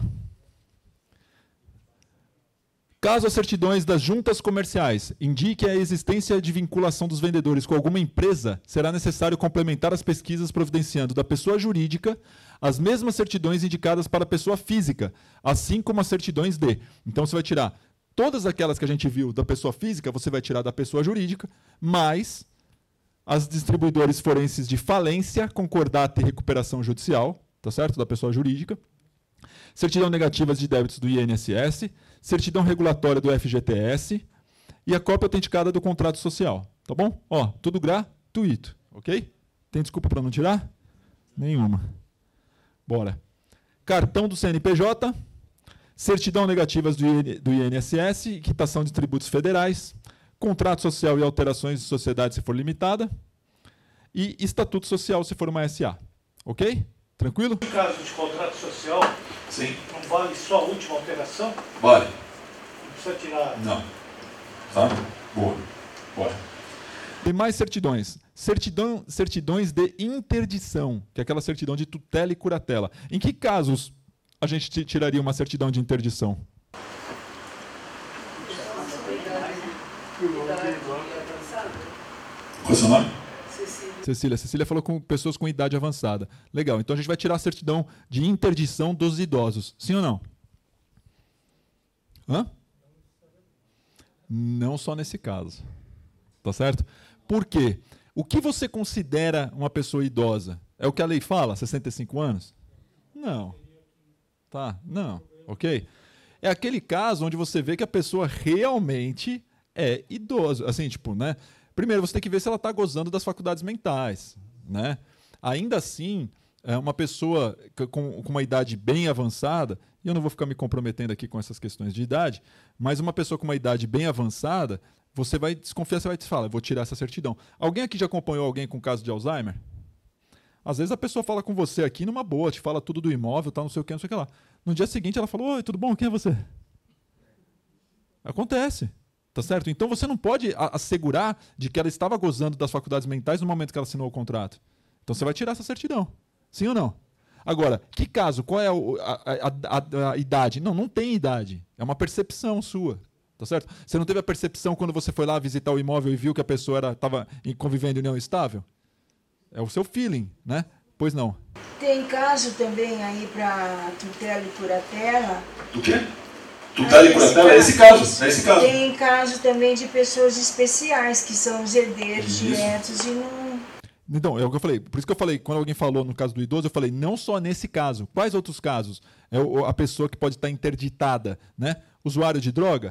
Caso as certidões das juntas comerciais indiquem a existência de vinculação dos vendedores com alguma empresa, será necessário complementar as pesquisas providenciando da pessoa jurídica as mesmas certidões indicadas para a pessoa física, assim como as certidões de. Então você vai tirar todas aquelas que a gente viu da pessoa física, você vai tirar da pessoa jurídica, mais as distribuidores forenses de falência, concordata e recuperação judicial, tá certo? Da pessoa jurídica. Certidão negativas de débitos do I N S S, certidão regulatória do F G T S e a cópia autenticada do contrato social, tá bom? Ó, tudo gratuito, ok? Tem desculpa para não tirar? Nenhuma. Bora. Cartão do C N P J, certidão negativas do I N S S, quitação de tributos federais, contrato social e alterações de sociedade se for limitada e estatuto social se for uma S A, ok? Tranquilo? No caso de contrato social, sim, não vale só a última alteração? Vale. Não precisa tirar. Não. Tá? Boa. Bora. Tem mais certidões. Certidão, certidões de interdição, que é aquela certidão de tutela e curatela. Em que casos a gente tiraria uma certidão de interdição? Qual é o seu nome? Cecília. Cecília falou com pessoas com idade avançada. Legal. Então a gente vai tirar a certidão de interdição dos idosos. Sim ou não? Hã? Não só nesse caso. Tá certo? Por quê? O que você considera uma pessoa idosa? É o que a lei fala? sessenta e cinco anos? Não. Tá? Não. Ok? É aquele caso onde você vê que a pessoa realmente é idosa. Assim, tipo, né? Primeiro, você tem que ver se ela está gozando das faculdades mentais, né? Ainda assim, é uma pessoa com, com uma idade bem avançada, e eu não vou ficar me comprometendo aqui com essas questões de idade, mas uma pessoa com uma idade bem avançada, você vai desconfiar, você vai te falar, eu vou tirar essa certidão. Alguém aqui já acompanhou alguém com caso de Alzheimer? Às vezes a pessoa fala com você aqui numa boa, te fala tudo do imóvel, tal, não sei o que, não sei o que lá. No dia seguinte ela falou, oi, tudo bom? Quem é você? Acontece. Tá certo? Então você não pode assegurar de que ela estava gozando das faculdades mentais no momento que ela assinou o contrato. Então você vai tirar essa certidão. Sim ou não? Agora, que caso? Qual é a, a, a, a idade? Não, não tem idade. É uma percepção sua. Tá certo? Você não teve a percepção quando você foi lá visitar o imóvel e viu que a pessoa estava convivendo em união estável? É o seu feeling, né? Pois não. Tem caso também aí para tutela e curatela. Do quê? Tutela e curatela? É esse caso. É esse caso. Tem caso também de pessoas especiais, que são os herdeiros diretos e não... Então, é o que eu falei. Por isso que eu falei, quando alguém falou no caso do idoso, eu falei, não só nesse caso. Quais outros casos? É o- a pessoa que pode estar interditada, né? Usuário de droga?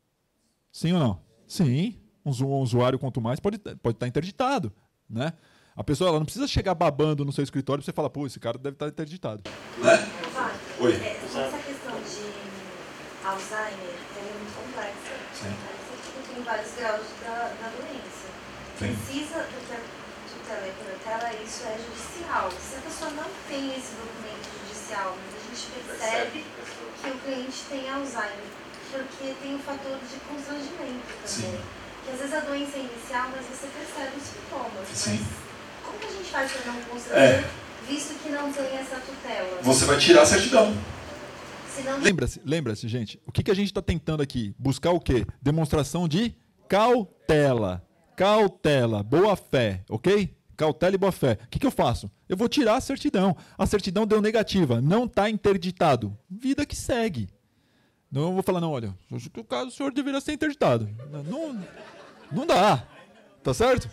Sim ou não? Sim. Um usu- um usuário, quanto mais, pode, pode estar interditado, né? A pessoa ela não precisa chegar babando no seu escritório para você falar, pô, esse cara deve estar interditado. Né? Oi. É, essa questão de Alzheimer ela é muito complexa. Sim. Você tem vários graus da, da doença. Sim. Precisa do te- tutela e curatela, isso é judicial. Se a pessoa não tem esse documento judicial, mas a gente percebe que o cliente tem Alzheimer, porque tem o fator de constrangimento também. Sim. Que às vezes a doença é inicial, mas você percebe os sintomas. Sim. Mas como que a gente faz para não constranger, É. visto que não tem essa tutela? Você vai tirar a certidão. Se não... Lembra-se, lembra-se, gente, o que, que a gente está tentando aqui? Buscar o quê? Demonstração de cautela. Cautela, boa fé, ok? Cautela e boa fé. O que, que eu faço? Eu vou tirar a certidão. A certidão deu negativa, não está interditado. Vida que segue. Não eu vou falar, não, olha, acho que o caso o senhor deveria ser interditado. Não, não dá, tá certo?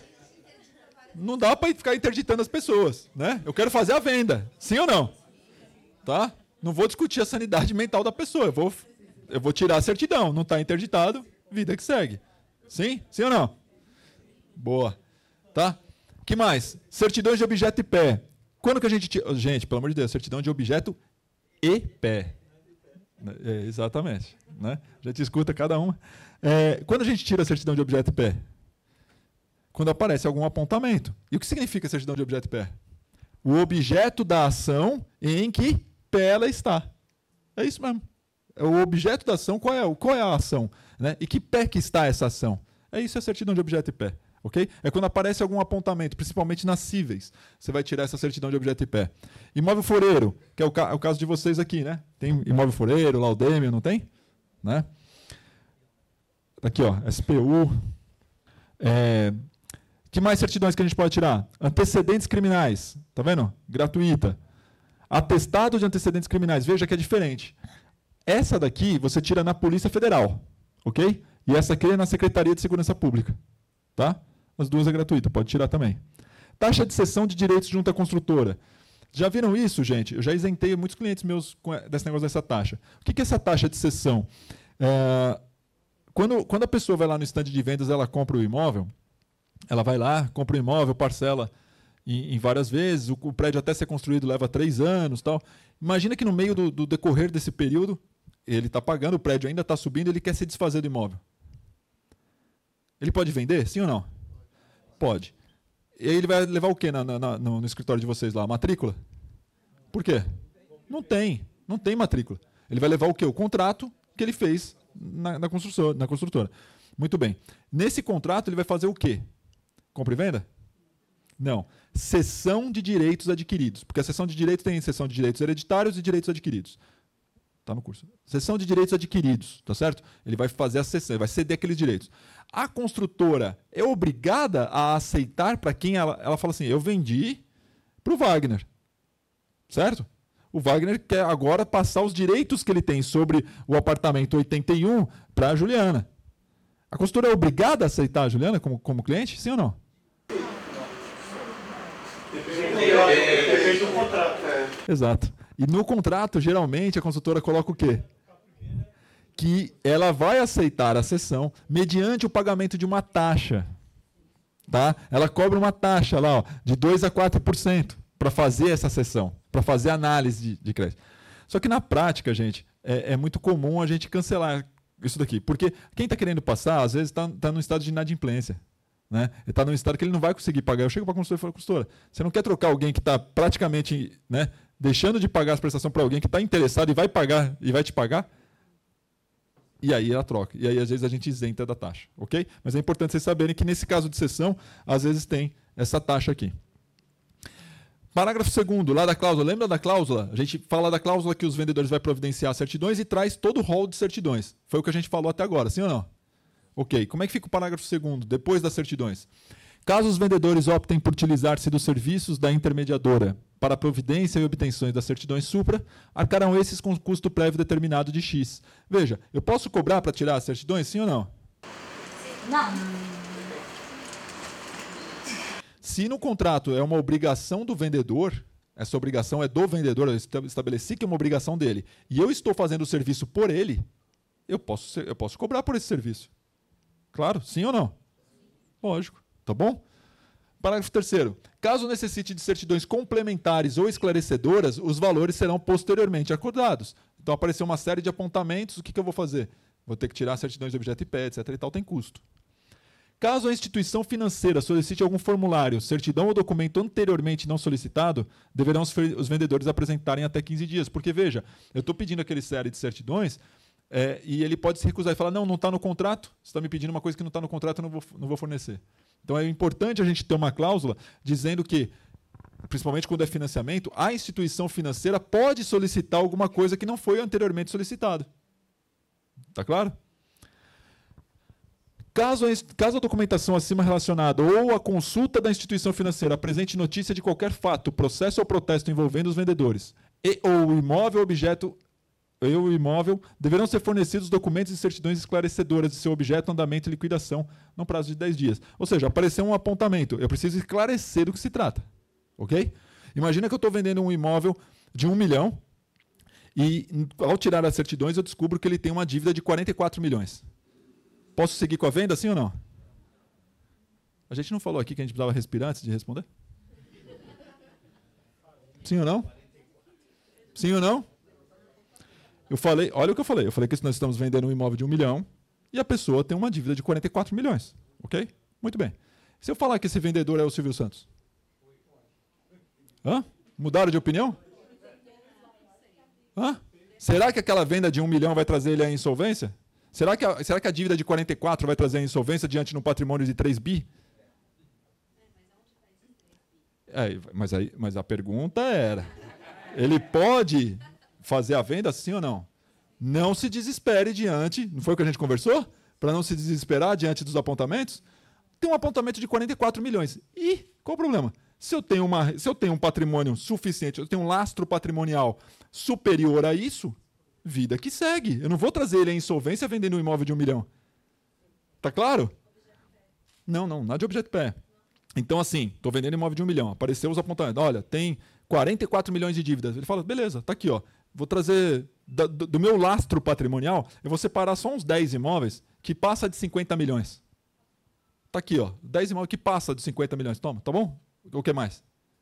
Não dá para ficar interditando as pessoas, né? Eu quero fazer a venda, sim ou não? Tá? Não vou discutir a sanidade mental da pessoa. Eu vou, eu vou tirar a certidão. Não está interditado, vida que segue. Sim? Sim ou não? Boa. Tá? Que mais? Certidões de objeto e pé. Quando que a gente tira... Gente, pelo amor de Deus, certidão de objeto e pé. É, exatamente. Né? A gente escuta cada uma. É, quando a gente tira a certidão de objeto e pé? Quando aparece algum apontamento. E o que significa certidão de objeto e pé? O objeto da ação em que pé ela está. É isso mesmo. É o objeto da ação, qual é, qual é a ação? Né? E que pé que está essa ação? É isso, é a certidão de objeto e pé. Okay? É quando aparece algum apontamento, principalmente nas cíveis. Você vai tirar essa certidão de objeto e pé. Imóvel foreiro, que é o, ca é o caso de vocês aqui, né? Tem imóvel foreiro, laudêmio, não tem? Né? Aqui, ó, S P U. É... Que mais certidões que a gente pode tirar? Antecedentes criminais. Tá vendo? Gratuita. Atestado de antecedentes criminais. Veja que é diferente. Essa daqui você tira na Polícia Federal. Ok? E essa aqui é na Secretaria de Segurança Pública. Tá? As duas é gratuita, pode tirar também. Taxa de cessão de direitos junto à construtora. Já viram isso, gente? Eu já isentei muitos clientes meus com desse negócio dessa taxa. O que é essa taxa de cessão? É, quando, quando a pessoa vai lá no estande de vendas, ela compra o imóvel, ela vai lá, compra o imóvel, parcela em, em várias vezes, o, o prédio até ser construído leva três anos. Tal. Imagina que no meio do, do decorrer desse período, ele está pagando, o prédio ainda está subindo, ele quer se desfazer do imóvel. Ele pode vender? Sim ou não? Pode. E aí ele vai levar o quê na, na, no, no escritório de vocês lá? A matrícula? Por quê? Não tem. Não tem matrícula. Ele vai levar o quê? O contrato que ele fez na, na, construção, na construtora. Muito bem. Nesse contrato ele vai fazer o quê? Compra e venda? Não. Cessão de direitos adquiridos. Porque a cessão de direitos tem cessão de direitos hereditários e direitos adquiridos. Está no curso. Cessão de direitos adquiridos, tá certo? Ele vai fazer a cessão, ele vai ceder aqueles direitos. A construtora é obrigada a aceitar para quem ela, ela fala assim, eu vendi para o Wagner, certo? O Wagner quer agora passar os direitos que ele tem sobre o apartamento oitenta e um para a Juliana. A construtora é obrigada a aceitar a Juliana como, como cliente, sim ou não? Depende do contrato. Exato. E no contrato, geralmente, a consultora coloca o quê? Que ela vai aceitar a cessão mediante o pagamento de uma taxa. Tá? Ela cobra uma taxa lá, ó, de dois a quatro por cento para fazer essa cessão, para fazer análise de, de crédito. Só que na prática, gente, é, é muito comum a gente cancelar isso daqui. Porque quem está querendo passar, às vezes está tá num estado de inadimplência. Né? Ele está num estado que ele não vai conseguir pagar. Eu chego para a consultora e falo, consultora, você não quer trocar alguém que está praticamente, né, deixando de pagar as prestações para alguém que está interessado e vai pagar e vai te pagar? E aí ela troca. E aí, às vezes, a gente isenta da taxa. Ok? Mas é importante vocês saberem que, nesse caso de cessão, às vezes tem essa taxa aqui. Parágrafo segundo, lá da cláusula. Lembra da cláusula? A gente fala da cláusula que os vendedores vão providenciar certidões e traz todo o rol de certidões. Foi o que a gente falou até agora, sim ou não? Ok. Como é que fica o parágrafo segundo, depois das certidões? Caso os vendedores optem por utilizar-se dos serviços da intermediadora para a providência e obtenções das certidões supra, arcarão esses com custo prévio determinado de X. Veja, eu posso cobrar para tirar as certidões, sim ou não? Não. Se no contrato é uma obrigação do vendedor, essa obrigação é do vendedor, eu estabeleci que é uma obrigação dele, e eu estou fazendo o serviço por ele, eu posso, ser, eu posso cobrar por esse serviço. Claro, sim ou não? Lógico, tá bom? Parágrafo terceiro. Caso necessite de certidões complementares ou esclarecedoras, os valores serão posteriormente acordados. Então apareceu uma série de apontamentos, o que, que eu vou fazer? Vou ter que tirar certidões de objeto e pé, etc e tal, tem custo. Caso a instituição financeira solicite algum formulário, certidão ou documento anteriormente não solicitado, deverão os, os vendedores apresentarem até quinze dias. Porque, veja, eu estou pedindo aquele série de certidões é, e ele pode se recusar e falar, não, não está no contrato, você está me pedindo uma coisa que não está no contrato, eu não vou, não vou fornecer. Então é importante a gente ter uma cláusula dizendo que, principalmente quando é financiamento, a instituição financeira pode solicitar alguma coisa que não foi anteriormente solicitada. Está claro? Caso a, caso a documentação acima relacionada ou a consulta da instituição financeira apresente notícia de qualquer fato, processo ou protesto envolvendo os vendedores e ou o imóvel objeto e o imóvel, deverão ser fornecidos documentos e certidões esclarecedoras de seu objeto, andamento e liquidação no prazo de dez dias. Ou seja, apareceu um apontamento, eu preciso esclarecer do que se trata. Ok? Imagina que eu estou vendendo um imóvel de um milhão e, ao tirar as certidões, eu descubro que ele tem uma dívida de quarenta e quatro milhões. Posso seguir com a venda, sim ou não? A gente não falou aqui que a gente precisava respirar antes de responder? Sim ou não? Sim ou não? Eu falei, olha o que eu falei. Eu falei que nós estamos vendendo um imóvel de um milhão e a pessoa tem uma dívida de quarenta e quatro milhões. Ok? Muito bem. Se eu falar que esse vendedor é o Silvio Santos? Hã? Mudaram de opinião? Hã? Será que aquela venda de um milhão vai trazer ele à insolvência? Será que, a, será que a dívida de quarenta e quatro vai trazer a insolvência diante de um patrimônio de três bi? É, mas, aí, mas a pergunta era, ele pode fazer a venda sim ou não? Não se desespere diante, não foi o que a gente conversou? Para não se desesperar diante dos apontamentos? Tem um apontamento de quarenta e quatro milhões. E qual o problema? Se eu tenho, uma, se eu tenho um patrimônio suficiente, eu tenho um lastro patrimonial superior a isso, vida que segue. Eu não vou trazer ele à insolvência vendendo um imóvel de um milhão. Tá claro? Não, não, nada de objeto pé. Então, assim, estou vendendo imóvel de um milhão. Apareceu os apontamentos. Olha, tem quarenta e quatro milhões de dívidas. Ele fala, beleza, tá aqui, ó. Vou trazer do, do meu lastro patrimonial, eu vou separar só uns dez imóveis que passa de cinquenta milhões. Tá aqui, ó. dez imóveis que passa de cinquenta milhões. Toma, tá bom? O que mais?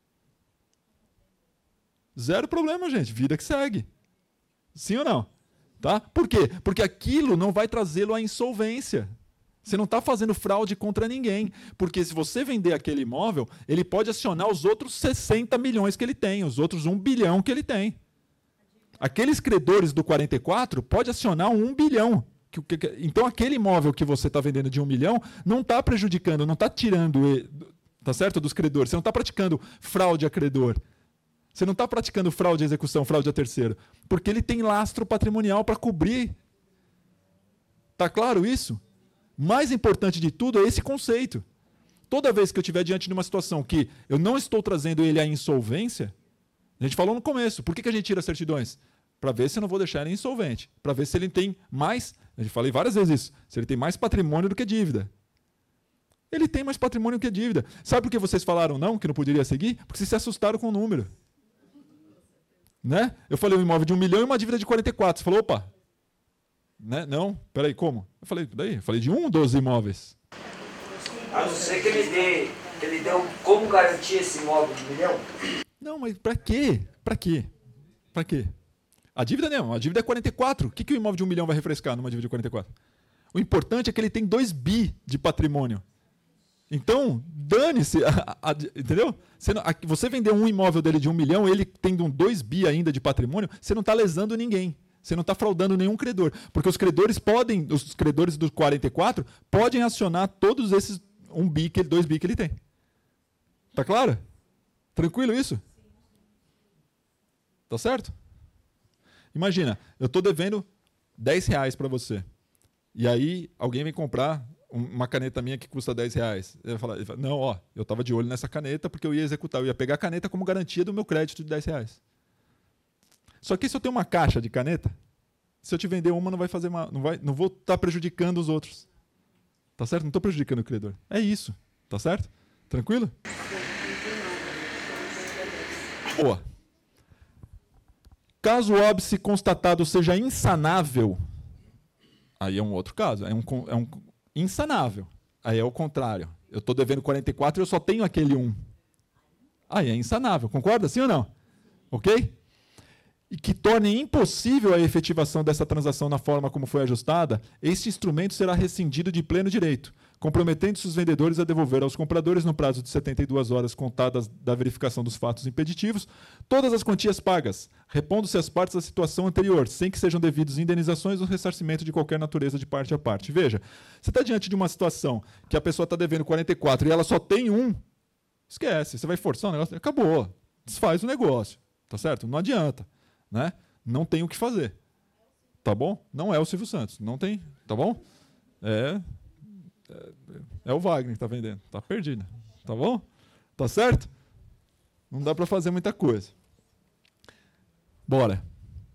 Zero problema, gente. Vida que segue. Sim ou não? Tá? Por quê? Porque aquilo não vai trazê-lo à insolvência. Você não está fazendo fraude contra ninguém. Porque se você vender aquele imóvel, ele pode acionar os outros sessenta milhões que ele tem, os outros um bilhão que ele tem. Aqueles credores do quarenta e quatro pode acionar um bilhão. Então, aquele imóvel que você está vendendo de um milhão não está prejudicando, não está tirando, tá certo, dos credores. Você não está praticando fraude a credor. Você não está praticando fraude à execução, fraude a terceiro. Porque ele tem lastro patrimonial para cobrir. Está claro isso? Mais importante de tudo é esse conceito. Toda vez que eu estiver diante de uma situação que eu não estou trazendo ele à insolvência, a gente falou no começo, por que, que a gente tira certidões? Para ver se eu não vou deixar ele insolvente. Para ver se ele tem mais, a gente falei várias vezes isso, se ele tem mais patrimônio do que dívida. Ele tem mais patrimônio do que dívida. Sabe por que vocês falaram não, que não poderia seguir? Porque vocês se assustaram com o número. Né? Eu falei um imóvel de um milhão e uma dívida de quarenta e quatro. Você falou, opa, né? Não, peraí, como? Eu falei, daí, eu falei de um, doze imóveis. A não ser que ele dê, que ele deu como garantia esse imóvel de um milhão? Não, mas pra quê? Pra quê? Pra quê? A dívida não, a dívida é quarenta e quatro. O que, que o imóvel de um milhão vai refrescar numa dívida de quarenta e quatro? O importante é que ele tem dois bi de patrimônio. Então, dane-se, entendeu? Você, não, a, você vendeu um imóvel dele de um milhão, ele tendo um dois bi ainda de patrimônio, você não está lesando ninguém. Você não está fraudando nenhum credor. Porque os credores podem, os credores do quarenta e quatro, podem acionar todos esses um bi, dois bi que ele tem. Tá claro? Tranquilo isso? Tá certo? Imagina, eu estou devendo dez reais para você. E aí alguém vem comprar uma caneta minha que custa dez reais. Ele fala, ele fala, não, ó, eu estava de olho nessa caneta porque eu ia executar. Eu ia pegar a caneta como garantia do meu crédito de dez reais. Só que se eu tenho uma caixa de caneta, se eu te vender uma, não vai fazer uma, não vai, não vou estar tá prejudicando os outros. Tá certo? Não estou prejudicando o credor. É isso. Tá certo? Tranquilo? Boa. Caso o óbice constatado seja insanável, aí é um outro caso. É um, é um insanável. Aí é o contrário. Eu estou devendo quarenta e quatro e eu só tenho aquele um. Aí é insanável. Concorda? Sim ou não? Ok? E que torne impossível a efetivação dessa transação na forma como foi ajustada, este instrumento será rescindido de pleno direito, comprometendo-se os vendedores a devolver aos compradores, no prazo de setenta e duas horas contadas da verificação dos fatos impeditivos, todas as quantias pagas, repondo-se as partes da situação anterior, sem que sejam devidos indenizações ou ressarcimento de qualquer natureza de parte a parte. Veja, você está diante de uma situação que a pessoa está devendo quarenta e quatro e ela só tem um, esquece, você vai forçar o negócio, acabou, desfaz o negócio, tá certo? Não adianta. Né? Não tem o que fazer. Tá bom? Não é o Silvio Santos. Não tem. Tá bom? É, é, é o Wagner que tá vendendo. Tá perdido. Tá bom? Tá certo? Não dá para fazer muita coisa. Bora.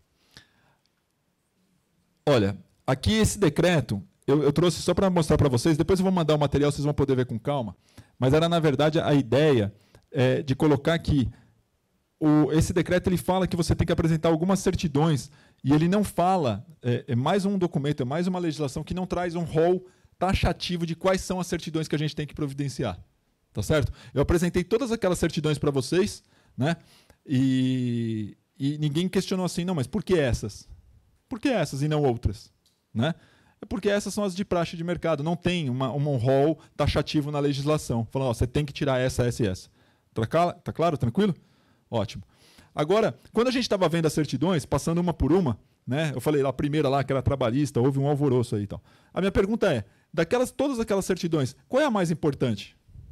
Olha, aqui esse decreto, eu, eu trouxe só para mostrar para vocês, depois eu vou mandar o material, vocês vão poder ver com calma, mas era, na verdade, a ideia é, de colocar aqui. O, esse decreto ele fala que você tem que apresentar algumas certidões e ele não fala, é, é mais um documento, é mais uma legislação que não traz um rol taxativo de quais são as certidões que a gente tem que providenciar. Tá certo? Eu apresentei todas aquelas certidões para vocês, né? E, e ninguém questionou assim, não, mas por que essas? Por que essas e não outras? Né? É porque essas são as de praxe de mercado, não tem uma, uma, um rol taxativo na legislação, falando, ó, você tem que tirar essa, essa e essa. Tá, tá claro? Tranquilo? Ótimo. Agora, quando a gente estava vendo as certidões, passando uma por uma, né, eu falei lá, a primeira lá, que era trabalhista, houve um alvoroço aí e tal. A minha pergunta é, daquelas, todas aquelas certidões, qual é a mais importante?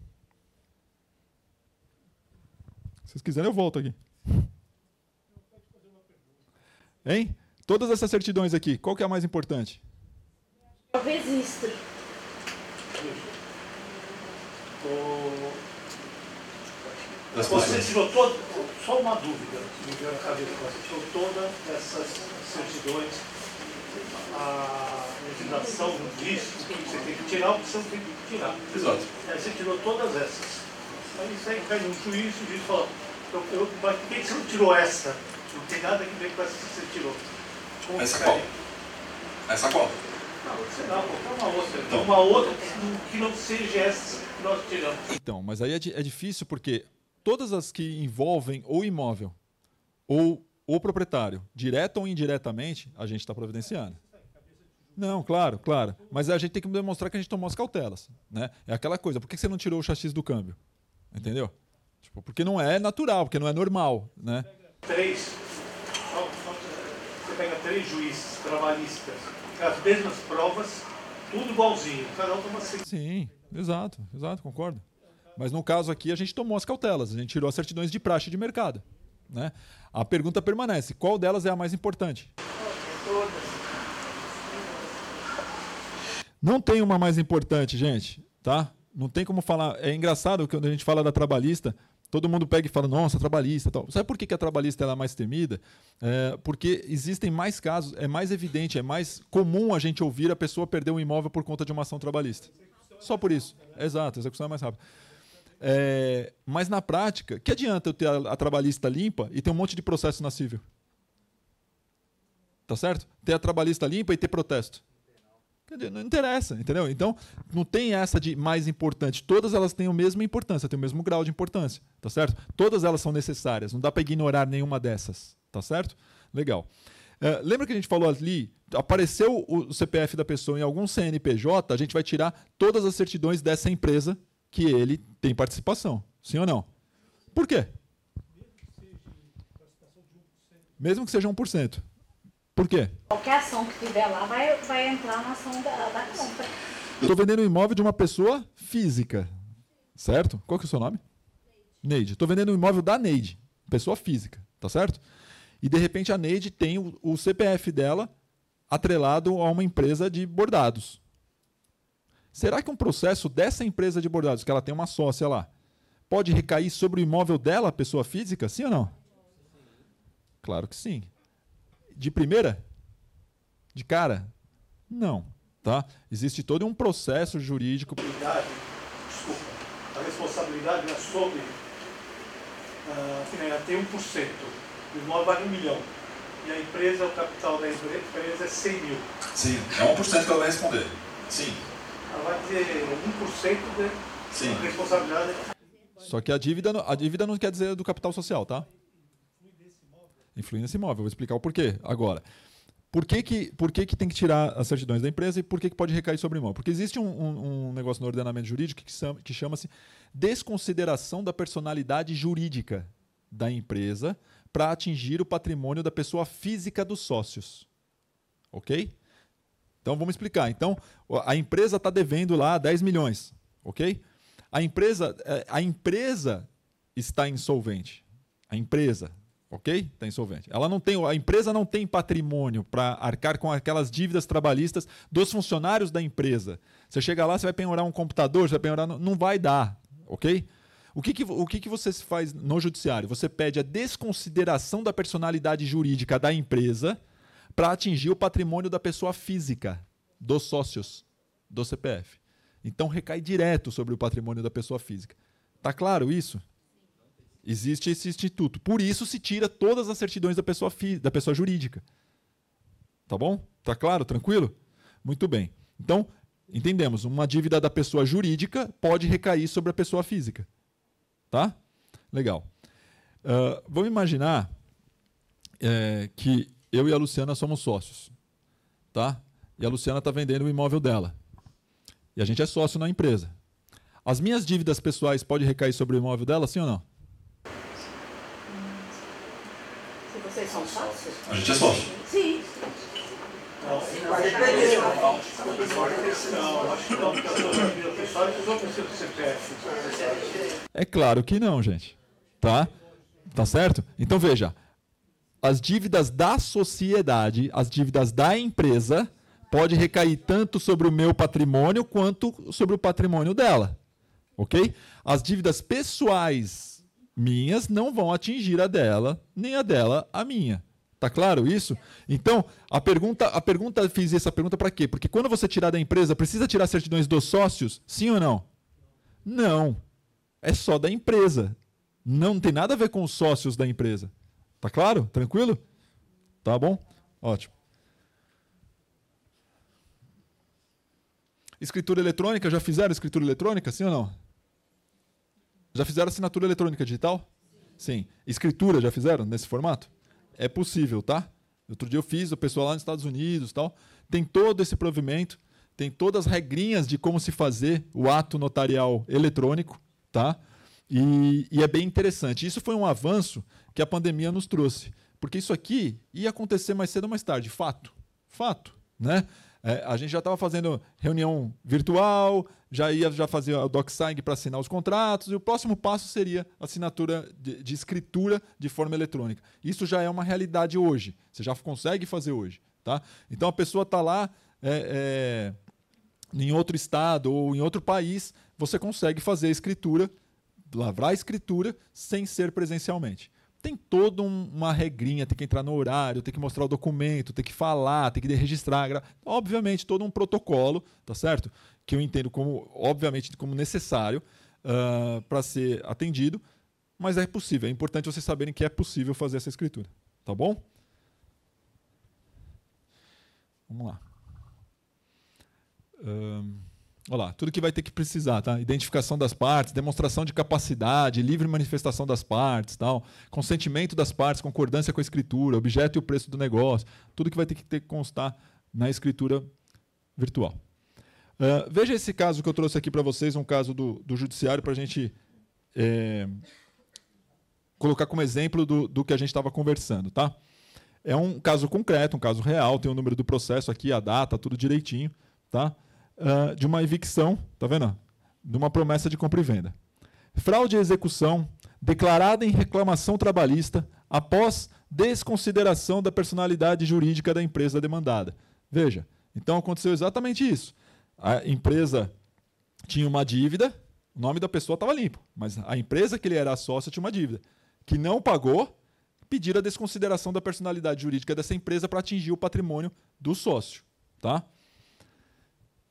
Se vocês quiserem, eu volto aqui. Hein? Todas essas certidões aqui, qual que é a mais importante? O registro. Você tirou todo, só uma dúvida, me veio na cabeça, você tirou todas essas certidões, a legislação diz o que você tem que tirar, o que você não tem que tirar. Exato. Aí você tirou todas essas. Aí isso aí cai num juiz, o juiz fala, eu, eu, mas por que você não tirou essa? Não tem nada que ver com essa que você tirou. Como Essa cai? qual? Essa qual? Não, sei lá, qualquer uma outra. Então, uma outra que, que não seja essa que nós tiramos. Então, mas aí é, é difícil porque todas as que envolvem ou imóvel ou o proprietário, direto ou indiretamente, a gente está providenciando. Não, claro, claro. Mas a gente tem que demonstrar que a gente tomou as cautelas. Né? É aquela coisa, por que você não tirou o chassi do câmbio? Entendeu? Tipo, porque não é natural, porque não é normal. Né? Três, só, só, você pega três juízes trabalhistas, as mesmas provas, tudo igualzinho, cada um toma cinco. Sim, exato, exato, concordo. Mas no caso aqui a gente tomou as cautelas, a gente tirou as certidões de praxe de mercado. Né? A pergunta permanece, qual delas é a mais importante? Não tem uma mais importante, gente, tá? Não tem como falar. É engraçado que quando a gente fala da trabalhista, todo mundo pega e fala, nossa, trabalhista, tal. Sabe por que a trabalhista ela é mais temida? É porque existem mais casos, é mais evidente, é mais comum a gente ouvir a pessoa perder um imóvel por conta de uma ação trabalhista. Só por isso. Exato, a execução é mais rápida. É, mas na prática, que adianta eu ter a, a trabalhista limpa e ter um monte de processo na civil? Tá certo? Ter a trabalhista limpa e ter protesto. Não interessa, entendeu? Então, não tem essa de mais importante. Todas elas têm a mesma importância, têm o mesmo grau de importância, tá certo? Todas elas são necessárias, não dá para ignorar nenhuma dessas, tá certo? Legal. Uh, lembra que a gente falou ali, apareceu o C P F da pessoa em algum C N P J, a gente vai tirar todas as certidões dessa empresa que ele tem participação. Sim ou não? Por quê? Mesmo que seja um por cento. Por quê? Qualquer ação que tiver lá vai, vai entrar na ação da, da compra. Estou vendendo um imóvel de uma pessoa física, certo? Qual que é o seu nome? Neide. Estou vendendo um imóvel da Neide, pessoa física, tá certo? E de repente a Neide tem o, o C P F dela atrelado a uma empresa de bordados. Será que um processo dessa empresa de bordados, que ela tem uma sócia lá, pode recair sobre o imóvel dela, pessoa física, sim ou não? Claro que sim. De primeira? De cara? Não. Tá? Existe todo um processo jurídico. Desculpa, a responsabilidade é sobre uh, que nem ela tem um por cento, o imóvel vale um milhão. E a empresa, o capital da empresa é cem mil. Sim, é um por cento que ela vai responder. Sim. Ela vai ter um por cento de Sim. responsabilidade. Só que a dívida, a dívida não quer dizer do capital social, tá? Influi nesse imóvel. Vou explicar o porquê agora. Por que, que, por que, que tem que tirar as certidões da empresa e por que, que pode recair sobre o imóvel? Porque existe um, um, um negócio no ordenamento jurídico que, chama, que chama-se desconsideração da personalidade jurídica da empresa para atingir o patrimônio da pessoa física dos sócios. Ok? Então vamos explicar. Então, a empresa está devendo lá dez milhões. Ok? A empresa, a empresa está insolvente. A empresa, ok? Está insolvente. Ela não tem, a empresa não tem patrimônio para arcar com aquelas dívidas trabalhistas dos funcionários da empresa. Você chega lá, você vai penhorar um computador, você vai penhorar, não vai dar, ok? O que, que, o que, que você faz no judiciário? Você pede a desconsideração da personalidade jurídica da empresa para atingir o patrimônio da pessoa física, dos sócios, do C P F. Então recai direto sobre o patrimônio da pessoa física. Tá claro isso? Existe esse instituto. Por isso se tira todas as certidões da pessoa, fi, da pessoa jurídica. Tá bom? Tá claro? Tranquilo? Muito bem. Então, entendemos. Uma dívida da pessoa jurídica pode recair sobre a pessoa física. Tá? Legal. Uh, vamos imaginar é, que eu e a Luciana somos sócios. Tá? E a Luciana está vendendo o imóvel dela. E a gente é sócio na empresa. As minhas dívidas pessoais podem recair sobre o imóvel dela, sim ou não? Se vocês são sócios? A gente é sócio. Sim. Não, acho que não, porque a vida pessoal não precisa do C P F. É claro que não, gente. Tá? Tá certo? Então veja, as dívidas da sociedade, as dívidas da empresa, pode recair tanto sobre o meu patrimônio quanto sobre o patrimônio dela. Ok? As dívidas pessoais minhas não vão atingir a dela, nem a dela a minha. Tá claro isso? Então, a pergunta, a pergunta fiz essa pergunta para quê? Porque quando você tirar da empresa, precisa tirar certidões dos sócios? Sim ou não? Não. É só da empresa. Não tem nada a ver com os sócios da empresa. Tá claro? Tranquilo? Tá bom? Ótimo. Escritura eletrônica, já fizeram escritura eletrônica, sim ou não? Já fizeram assinatura eletrônica digital? Sim. Escritura, já fizeram nesse formato? É possível, tá? Outro dia eu fiz, o pessoal lá nos Estados Unidos, tal, tem todo esse provimento, tem todas as regrinhas de como se fazer o ato notarial eletrônico, tá? E, e é bem interessante. Isso foi um avanço que a pandemia nos trouxe, porque isso aqui ia acontecer mais cedo ou mais tarde, fato, fato, né? É, a gente já estava fazendo reunião virtual, já ia já fazer o DocSign para assinar os contratos, e o próximo passo seria assinatura de, de escritura de forma eletrônica. Isso já é uma realidade hoje, você já consegue fazer hoje. Tá? Então a pessoa está lá é, é, em outro estado ou em outro país, você consegue fazer a escritura, lavrar a escritura sem ser presencialmente. Tem toda um, uma regrinha, tem que entrar no horário, tem que mostrar o documento, tem que falar, tem que registrar. Obviamente, todo um protocolo, tá certo? Que eu entendo como, obviamente, como necessário uh, para ser atendido, mas é possível. É importante vocês saberem que é possível fazer essa escritura. Tá bom? Vamos lá. Um... Olha lá, tudo que vai ter que precisar, tá? Identificação das partes, demonstração de capacidade, livre manifestação das partes, tal, consentimento das partes, concordância com a escritura, objeto e o preço do negócio, tudo que vai ter que, ter que constar na escritura virtual. Uh, veja esse caso que eu trouxe aqui para vocês, um caso do, do judiciário, para a gente é, colocar como exemplo do, do que a gente estava conversando, tá? É um caso concreto, um caso real, tem o número do processo aqui, a data, tudo direitinho, tá? Uh, de uma evicção, tá vendo? De uma promessa de compra e venda. Fraude à execução declarada em reclamação trabalhista após desconsideração da personalidade jurídica da empresa demandada. Veja, então aconteceu exatamente isso. A empresa tinha uma dívida, o nome da pessoa estava limpo, mas a empresa que ele era sócio tinha uma dívida, que não pagou, pediram a desconsideração da personalidade jurídica dessa empresa para atingir o patrimônio do sócio. Tá?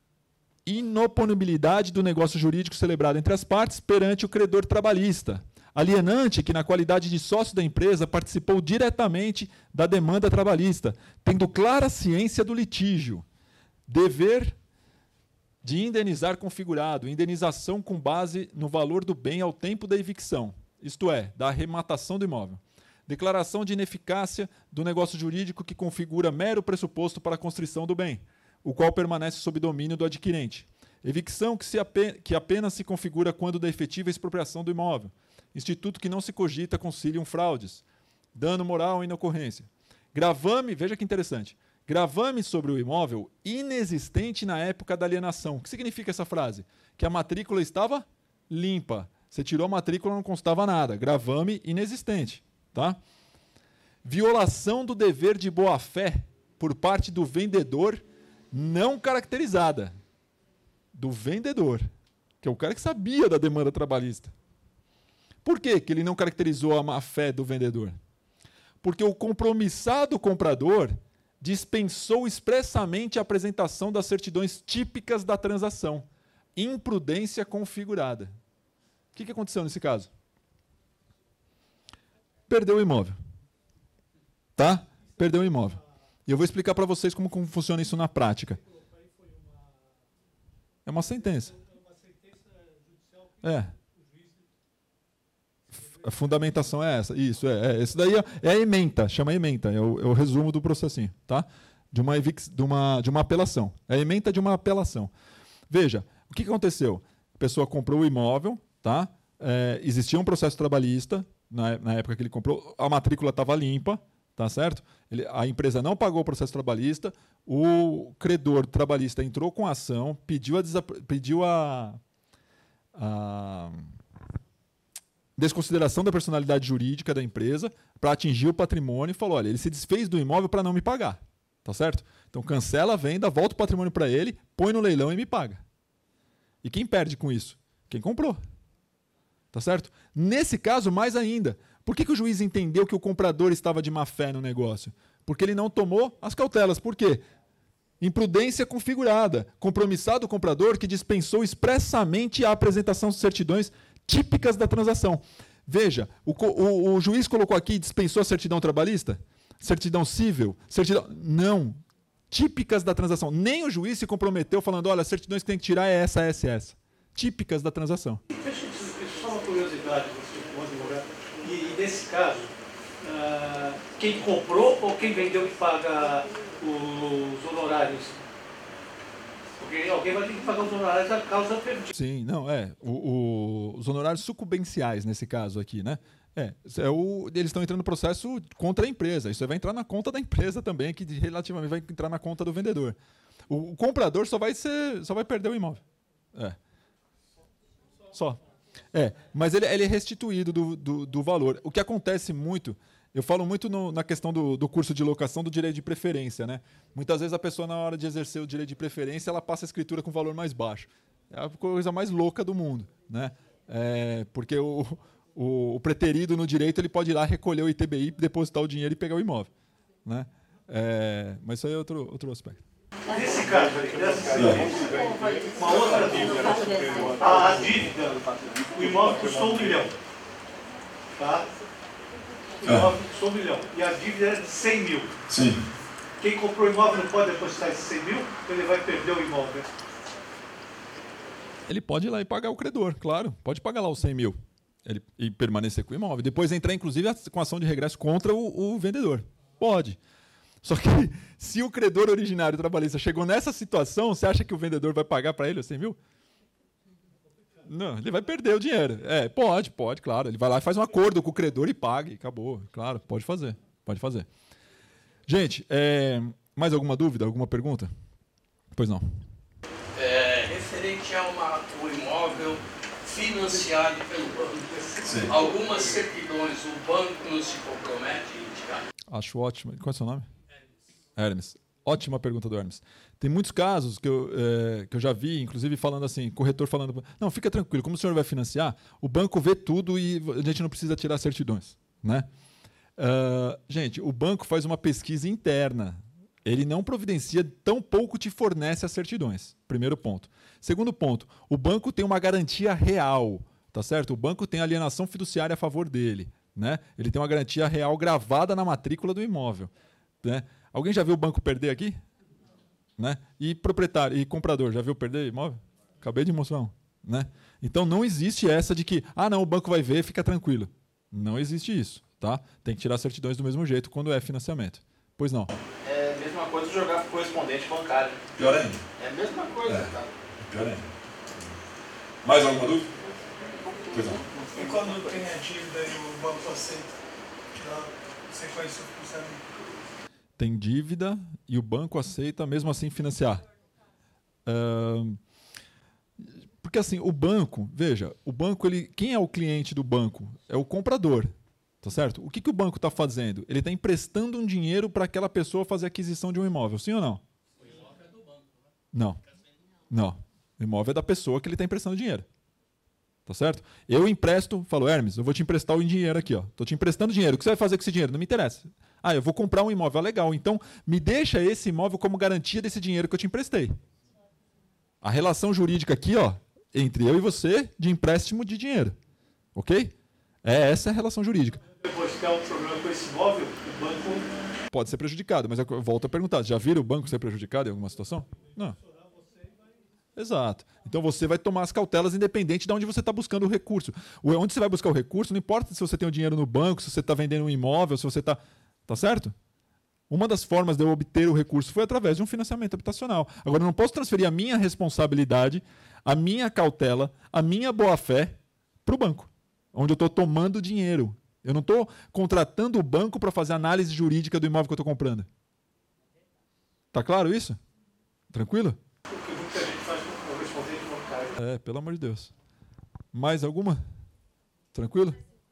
Inoponibilidade do negócio jurídico celebrado entre as partes perante o credor trabalhista, Alienante que, na qualidade de sócio da empresa, participou diretamente da demanda trabalhista, tendo clara ciência do litígio. Dever de indenizar configurado, indenização com base no valor do bem ao tempo da evicção, isto é, da arrematação do imóvel. Declaração de ineficácia do negócio jurídico que configura mero pressuposto para a constrição do bem, o qual permanece sob domínio do adquirente. Evicção que, se apenas, que apenas se configura quando da efetiva expropriação do imóvel. Instituto que não se cogita concilium fraudes. Dano moral em inocorrência. Gravame, veja que interessante, gravame sobre o imóvel inexistente na época da alienação. O que significa essa frase? Que a matrícula estava limpa. Você tirou a matrícula, não constava nada. Gravame inexistente. Tá? Violação do dever de boa-fé por parte do vendedor não caracterizada. Do vendedor, que é o cara que sabia da demanda trabalhista. Por que que ele não caracterizou a má-fé do vendedor? Porque o compromissado comprador dispensou expressamente a apresentação das certidões típicas da transação. Imprudência configurada. O que que aconteceu nesse caso? Perdeu o imóvel. Tá? Perdeu o imóvel. E eu vou explicar para vocês como, como funciona isso na prática. É uma sentença. É. A fundamentação é essa. Isso, é. é. Esse daí é, é a ementa, chama ementa. É o, é o resumo do processinho, tá? De uma, evix, de, uma, de uma apelação. É a ementa de uma apelação. Veja, o que aconteceu? A pessoa comprou o imóvel, tá? É, existia um processo trabalhista, na, na época que ele comprou, a matrícula estava limpa, tá certo? Ele, a empresa não pagou o processo trabalhista, o credor trabalhista entrou com a ação, pediu a, pediu a, a desconsideração da personalidade jurídica da empresa para atingir o patrimônio e falou, olha, ele se desfez do imóvel para não me pagar, tá certo? Então cancela a venda, volta o patrimônio para ele, põe no leilão e me paga. E quem perde com isso? Quem comprou. Tá certo? Nesse caso, mais ainda, por que que o juiz entendeu que o comprador estava de má fé no negócio? Porque ele não tomou as cautelas. Por quê? Imprudência configurada. Compromissado o comprador que dispensou expressamente a apresentação de certidões típicas da transação. Veja, o, o, o juiz colocou aqui, dispensou a certidão trabalhista? Certidão civil? Certidão... Não. Típicas da transação. Nem o juiz se comprometeu falando, olha, as certidões que tem que tirar é essa, essa, essa. Típicas da transação. Só uma curiosidade, e, e nesse caso, uh, quem comprou ou quem vendeu que paga os honorários? Porque alguém vai ter que pagar os honorários da causa perdida. Sim, não, é. O, o, os honorários sucumbenciais, nesse caso aqui, né? É, é o, eles estão entrando no processo contra a empresa. Isso vai entrar na conta da empresa também, que relativamente vai entrar na conta do vendedor. O, o comprador só vai, ser, só vai perder o imóvel. É. Só. É, mas ele, ele é restituído do, do, do valor. O que acontece muito, eu falo muito no, na questão do, do curso de locação do direito de preferência, né? Muitas vezes a pessoa, na hora de exercer o direito de preferência, ela passa a escritura com valor mais baixo. É a coisa mais louca do mundo, né? É, porque o, o, o preterido no direito ele pode ir lá recolher o I T B I, depositar o dinheiro e pegar o imóvel, né? É, mas isso aí é outro, outro aspecto. Nesse caso aí, uma outra dívida. A dívida, o imóvel custou um milhão. Tá? O imóvel custou um milhão. E a dívida é de cem mil. Sim. Quem comprou o imóvel não pode depositar esses cem mil, ele vai perder o imóvel. Ele pode ir lá e pagar o credor, claro. Pode pagar lá os cem mil ele, e permanecer com o imóvel. Depois entrar, inclusive, com ação de regresso contra o, o vendedor. Pode. Só que se o credor originário trabalhista chegou nessa situação, você acha que o vendedor vai pagar para ele os cem mil? Não, ele vai perder o dinheiro. É, pode, pode, claro. Ele vai lá e faz um acordo com o credor e paga e acabou. Claro, pode fazer. Pode fazer. Gente, é, mais alguma dúvida, alguma pergunta? Pois não. É, referente a uma, um imóvel financiado pelo banco. Sim. Algumas certidões, o banco não se compromete em indicar? Acho ótimo. Qual é o seu nome? Hermes. Ótima pergunta do Hermes. Tem muitos casos que eu, é, que eu já vi, inclusive falando assim, corretor falando, não, fica tranquilo, como o senhor vai financiar, o banco vê tudo e a gente não precisa tirar certidões, né? Uh, gente, o banco faz uma pesquisa interna. Ele não providencia, tão pouco te fornece as certidões. Primeiro ponto. Segundo ponto, o banco tem uma garantia real tá certo? O banco tem alienação fiduciária a favor dele, né? Ele tem uma garantia real gravada na matrícula do imóvel, né? Alguém já viu o banco perder aqui? Né? E proprietário e comprador, já viu perder imóvel? Acabei de mostrar um, né? Então não existe essa de que, ah, não, o banco vai ver, fica tranquilo. Não existe isso, tá? Tem que tirar certidões do mesmo jeito quando é financiamento. Pois não. É a mesma coisa jogar correspondente bancário. Pior ainda. É a mesma coisa, É. tá? Pior ainda. Mais alguma dúvida? Pois não. E quando tem a dívida e o banco aceita, dá sequência do financiamento? Tem dívida e o banco aceita mesmo assim financiar. Ahn, porque assim, o banco, veja, o banco, ele, quem é o cliente do banco? É o comprador, tá certo? O que, que o banco está fazendo? Ele está emprestando um dinheiro para aquela pessoa fazer a aquisição de um imóvel, sim ou não? O imóvel é do banco, né? Não, não. O imóvel é da pessoa que ele está emprestando dinheiro. Tá certo? Eu empresto, falo, Hermes, eu vou te emprestar o dinheiro aqui, ó. Tô te emprestando dinheiro. O que você vai fazer com esse dinheiro? Não me interessa. Ah, eu vou comprar um imóvel. Ah, legal. Então, me deixa esse imóvel como garantia desse dinheiro que eu te emprestei. A relação jurídica aqui, ó, entre eu e você, de empréstimo de dinheiro. Ok? É essa a relação jurídica. Depois que há um problema com esse imóvel, o banco... Pode ser prejudicado, mas eu volto a perguntar. Já viram o banco ser prejudicado em alguma situação? Não. Exato. Então você vai tomar as cautelas independente de onde você está buscando o recurso. Onde você vai buscar o recurso, não importa se você tem o dinheiro no banco, se você está vendendo um imóvel, se você está... Tá certo? Uma das formas de eu obter o recurso foi através de um financiamento habitacional. Agora, eu não posso transferir a minha responsabilidade, a minha cautela, a minha boa-fé para o banco, onde eu estou tomando dinheiro. Eu não estou contratando o banco para fazer análise jurídica do imóvel que eu estou comprando. Tá claro isso? Tranquilo? Porque muita gente faz com correspondente bancário. É, pelo amor de Deus. Mais alguma? Tranquilo?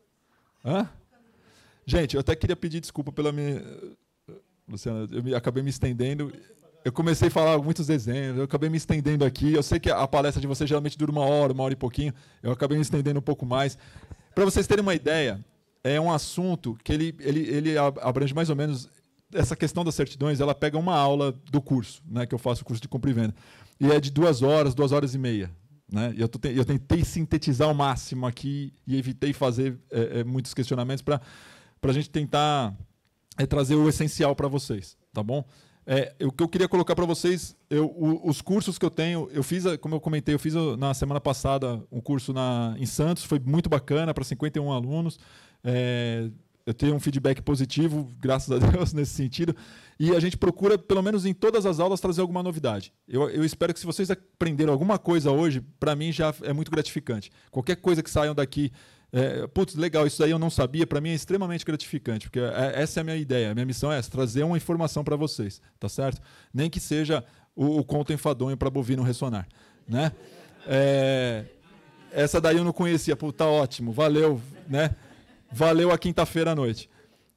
Hã? Gente, eu até queria pedir desculpa pela minha... Luciana, eu me, acabei me estendendo. Eu comecei a falar muitos desenhos, eu acabei me estendendo aqui. Eu sei que a palestra de vocês geralmente dura uma hora, uma hora e pouquinho. Eu acabei me estendendo um pouco mais. Para vocês terem uma ideia, é um assunto que ele, ele, ele abrange mais ou menos... Essa questão das certidões, ela pega uma aula do curso, né, que eu faço o curso de compra e venda. E é de duas horas, duas horas e meia. Né? E eu, tô, eu tentei sintetizar ao máximo aqui e evitei fazer é, é, muitos questionamentos para a gente tentar é, trazer o essencial para vocês, tá bom? É, o que eu queria colocar para vocês, eu, o, os cursos que eu tenho, eu fiz, como eu comentei, eu fiz na semana passada um curso na, em Santos, foi muito bacana, para cinquenta e um alunos. É, eu tenho um feedback positivo, graças a Deus, nesse sentido. E a gente procura, pelo menos em todas as aulas, trazer alguma novidade. Eu, eu espero que se vocês aprenderam alguma coisa hoje, para mim já é muito gratificante. Qualquer coisa que saiam daqui, é, putz, legal, isso aí eu não sabia, para mim é extremamente gratificante, porque é, essa é a minha ideia, a minha missão é essa, trazer uma informação para vocês, tá certo? Nem que seja o, o conto enfadonho para bovino ressonar, né? É, essa daí eu não conhecia, pô, tá ótimo, valeu, né? Valeu a quinta-feira à noite.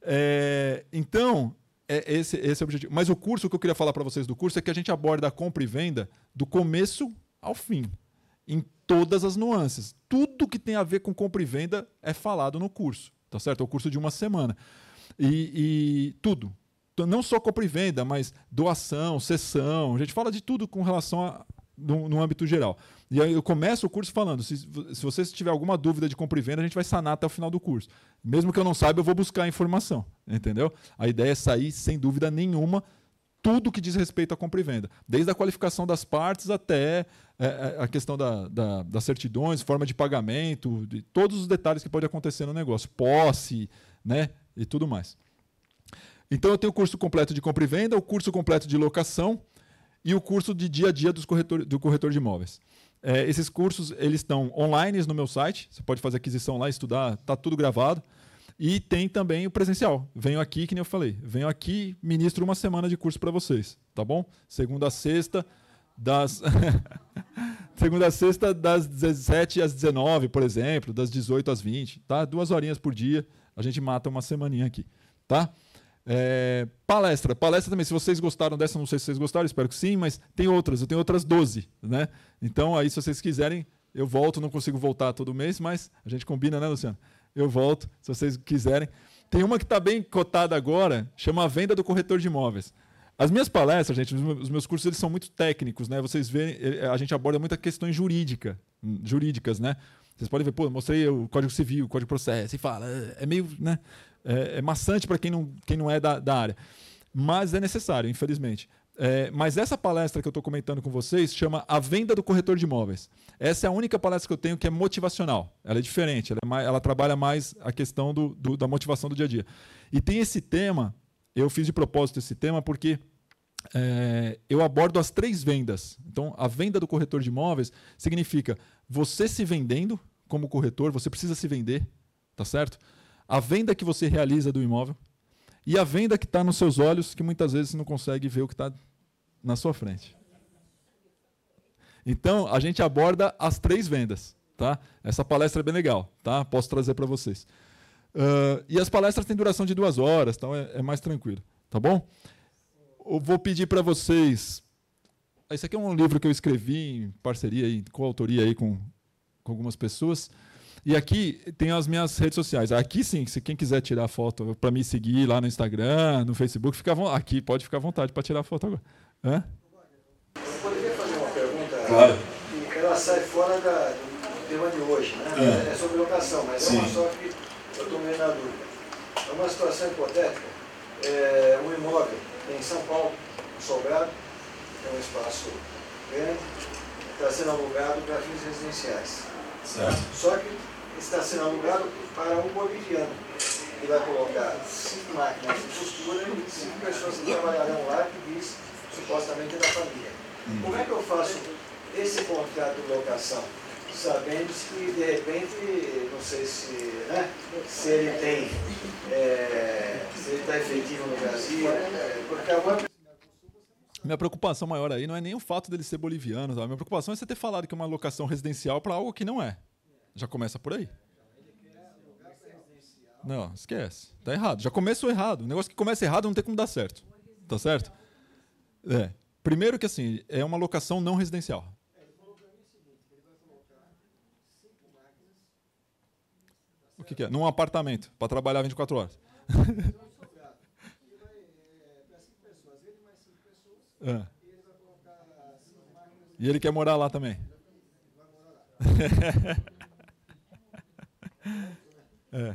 É, então, é esse, esse é o objetivo. Mas o curso, o que eu queria falar para vocês do curso é que a gente aborda a compra e venda do começo ao fim, em todas as nuances. Tudo que tem a ver com compra e venda é falado no curso, tá certo? É o curso de uma semana. E, e tudo. Não só compra e venda, mas doação, cessão. A gente fala de tudo com relação a... No, no âmbito geral. E aí eu começo o curso falando, se, se você tiver alguma dúvida de compra e venda, a gente vai sanar até o final do curso. Mesmo que eu não saiba, eu vou buscar a informação, entendeu? A ideia é sair, sem dúvida nenhuma, tudo que diz respeito à compra e venda. Desde a qualificação das partes até é, a questão da, da, das certidões, forma de pagamento, de todos os detalhes que pode acontecer no negócio, posse, né, e tudo mais. Então eu tenho o curso completo de compra e venda, o curso completo de locação, e o curso de dia a dia dos corretor, do corretor de imóveis. É, esses cursos eles estão online no meu site, você pode fazer aquisição lá, estudar, está tudo gravado. E tem também o presencial. Venho aqui, que nem eu falei, venho aqui, ministro uma semana de curso para vocês, tá bom? Segunda a sexta, das... Segunda a sexta, das dezessete às dezenove, por exemplo, das dezoito às vinte, tá? Duas horinhas por dia, a gente mata uma semaninha aqui, tá? É, palestra, palestra também, se vocês gostaram dessa, não sei se vocês gostaram, espero que sim, mas tem outras, eu tenho outras doze, né? Então aí se vocês quiserem, eu volto, não consigo voltar todo mês, mas a gente combina, né, Luciano? Eu volto, se vocês quiserem. Tem uma que está bem cotada agora, chama a Venda do Corretor de Imóveis. As minhas palestras, gente, os meus cursos eles são muito técnicos, né? Vocês veem, a gente aborda muitas questões jurídica, jurídicas, né? Vocês podem ver, pô, mostrei o Código Civil, o Código de Processo, e fala, é, é meio, né, é, é maçante para quem não, quem não é da, da área. Mas é necessário, infelizmente. É, mas essa palestra que eu estou comentando com vocês chama A Venda do Corretor de Imóveis. Essa é a única palestra que eu tenho que é motivacional. Ela é diferente, ela, é mais, ela trabalha mais a questão do, do, da motivação do dia a dia. E tem esse tema, eu fiz de propósito esse tema porque é, eu abordo as três vendas. Então, a venda do corretor de imóveis significa você se vendendo como corretor, você precisa se vender, tá certo? A venda que você realiza do imóvel e a venda que está nos seus olhos, que muitas vezes você não consegue ver o que está na sua frente. Então, a gente aborda as três vendas. Tá? Essa palestra é bem legal, tá? Posso trazer para vocês. Uh, e as palestras têm duração de duas horas, então é, é mais tranquilo. Tá bom? Eu vou pedir para vocês... Esse aqui é um livro que eu escrevi em parceria, em coautoria aí com, com algumas pessoas. E aqui tem as minhas redes sociais. Aqui sim, se quem quiser tirar foto para me seguir lá no Instagram, no Facebook, fica à aqui pode ficar à vontade para tirar foto agora. Hã? Eu poderia fazer uma pergunta? Claro. Que ela sai fora da, do tema de hoje, né? É, é sobre locação, mas sim. É uma só que eu estou meio na dúvida. É uma situação hipotética. É, um imóvel em São Paulo, um sobrado, é um espaço grande, está sendo alugado para fins residenciais. Certo. Só que está sendo alugado para um boliviano. Ele vai colocar cinco máquinas de costura e cinco pessoas que trabalharão lá, que diz supostamente da família. Hum. Como é que eu faço esse contrato de locação? Sabendo que, de repente, não sei se, né, se ele tem, é, se ele está efetivo no Brasil, é, porque agora... Minha preocupação maior aí não é nem o fato dele ser boliviano. Tá? Minha preocupação é você ter falado que é uma locação residencial para algo que não é. Já começa por aí. Não, esquece. Tá errado. Já começou errado. O negócio que começa errado não tem como dar certo. Tá certo? É. Primeiro que assim, é uma locação não residencial. O que, que é? Num apartamento, para trabalhar vinte e quatro horas. É. E ele quer morar lá também. É.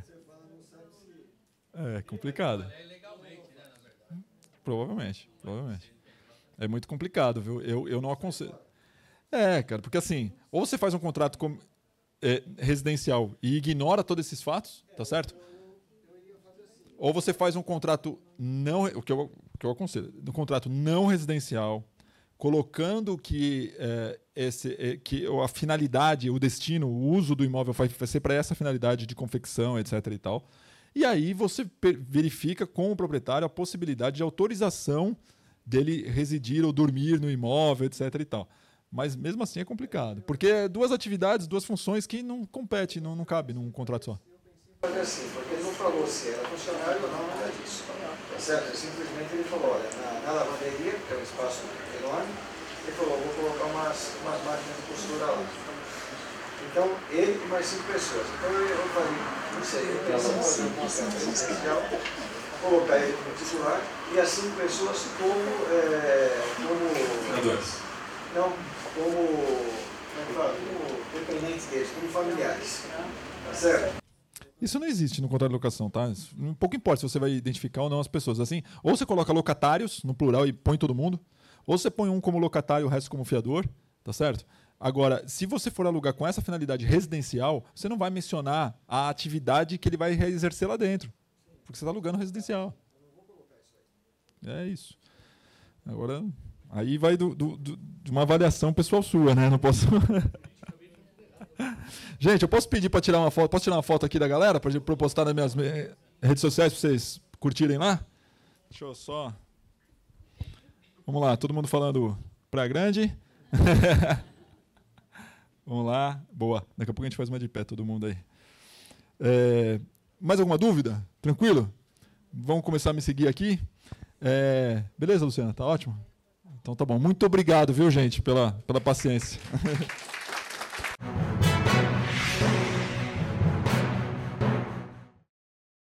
É complicado. Provavelmente, provavelmente. É muito complicado, viu? Eu, eu não aconselho. É, cara, porque assim, ou você faz um contrato com, é, residencial e ignora todos esses fatos, tá certo? Ou você faz um contrato não, o que eu, o que eu aconselho, um contrato não residencial, colocando que, é, esse, é, que a finalidade, o destino, o uso do imóvel vai, vai ser para essa finalidade de confecção, etc e tal. E aí você verifica com o proprietário a possibilidade de autorização dele residir ou dormir no imóvel, etc e tal. Mas mesmo assim é complicado, porque é duas atividades, duas funções que não competem, não, não cabe num contrato só. Mas assim, porque ele não falou se era funcionário ou não, nada disso. Tá certo? Simplesmente ele falou, olha, na, na lavanderia, que é um espaço enorme, ele falou, vou colocar umas, umas máquinas de costura lá. Então, ele e mais cinco pessoas. Então eu, eu falei, não sei, eu pensei em fazer um contrato residencial, colocar ele como titular e as cinco pessoas como... É, como não, como, como, é que fala? Como dependentes deles, como familiares. Tá certo? Isso não existe no contrato de locação, tá? Um pouco importa se você vai identificar ou não as pessoas. Assim, ou você coloca locatários no plural e põe todo mundo, ou você põe um como locatário e o resto como fiador, tá certo? Agora, se você for alugar com essa finalidade residencial, você não vai mencionar a atividade que ele vai exercer lá dentro, porque você está alugando residencial. É isso. Agora, aí vai do, do, do, de uma avaliação pessoal sua, né? Não posso... Gente, eu posso pedir para tirar uma foto? Posso tirar uma foto aqui da galera para eu postar nas minhas redes sociais para vocês curtirem lá? Deixa eu só... Vamos lá, todo mundo falando Praia Grande. Vamos lá, boa. Daqui a pouco a gente faz uma de pé, todo mundo aí. É... Mais alguma dúvida? Tranquilo? Vamos começar a me seguir aqui. É... Beleza, Luciana? Tá ótimo? Então tá bom. Muito obrigado, viu, gente, pela, pela paciência.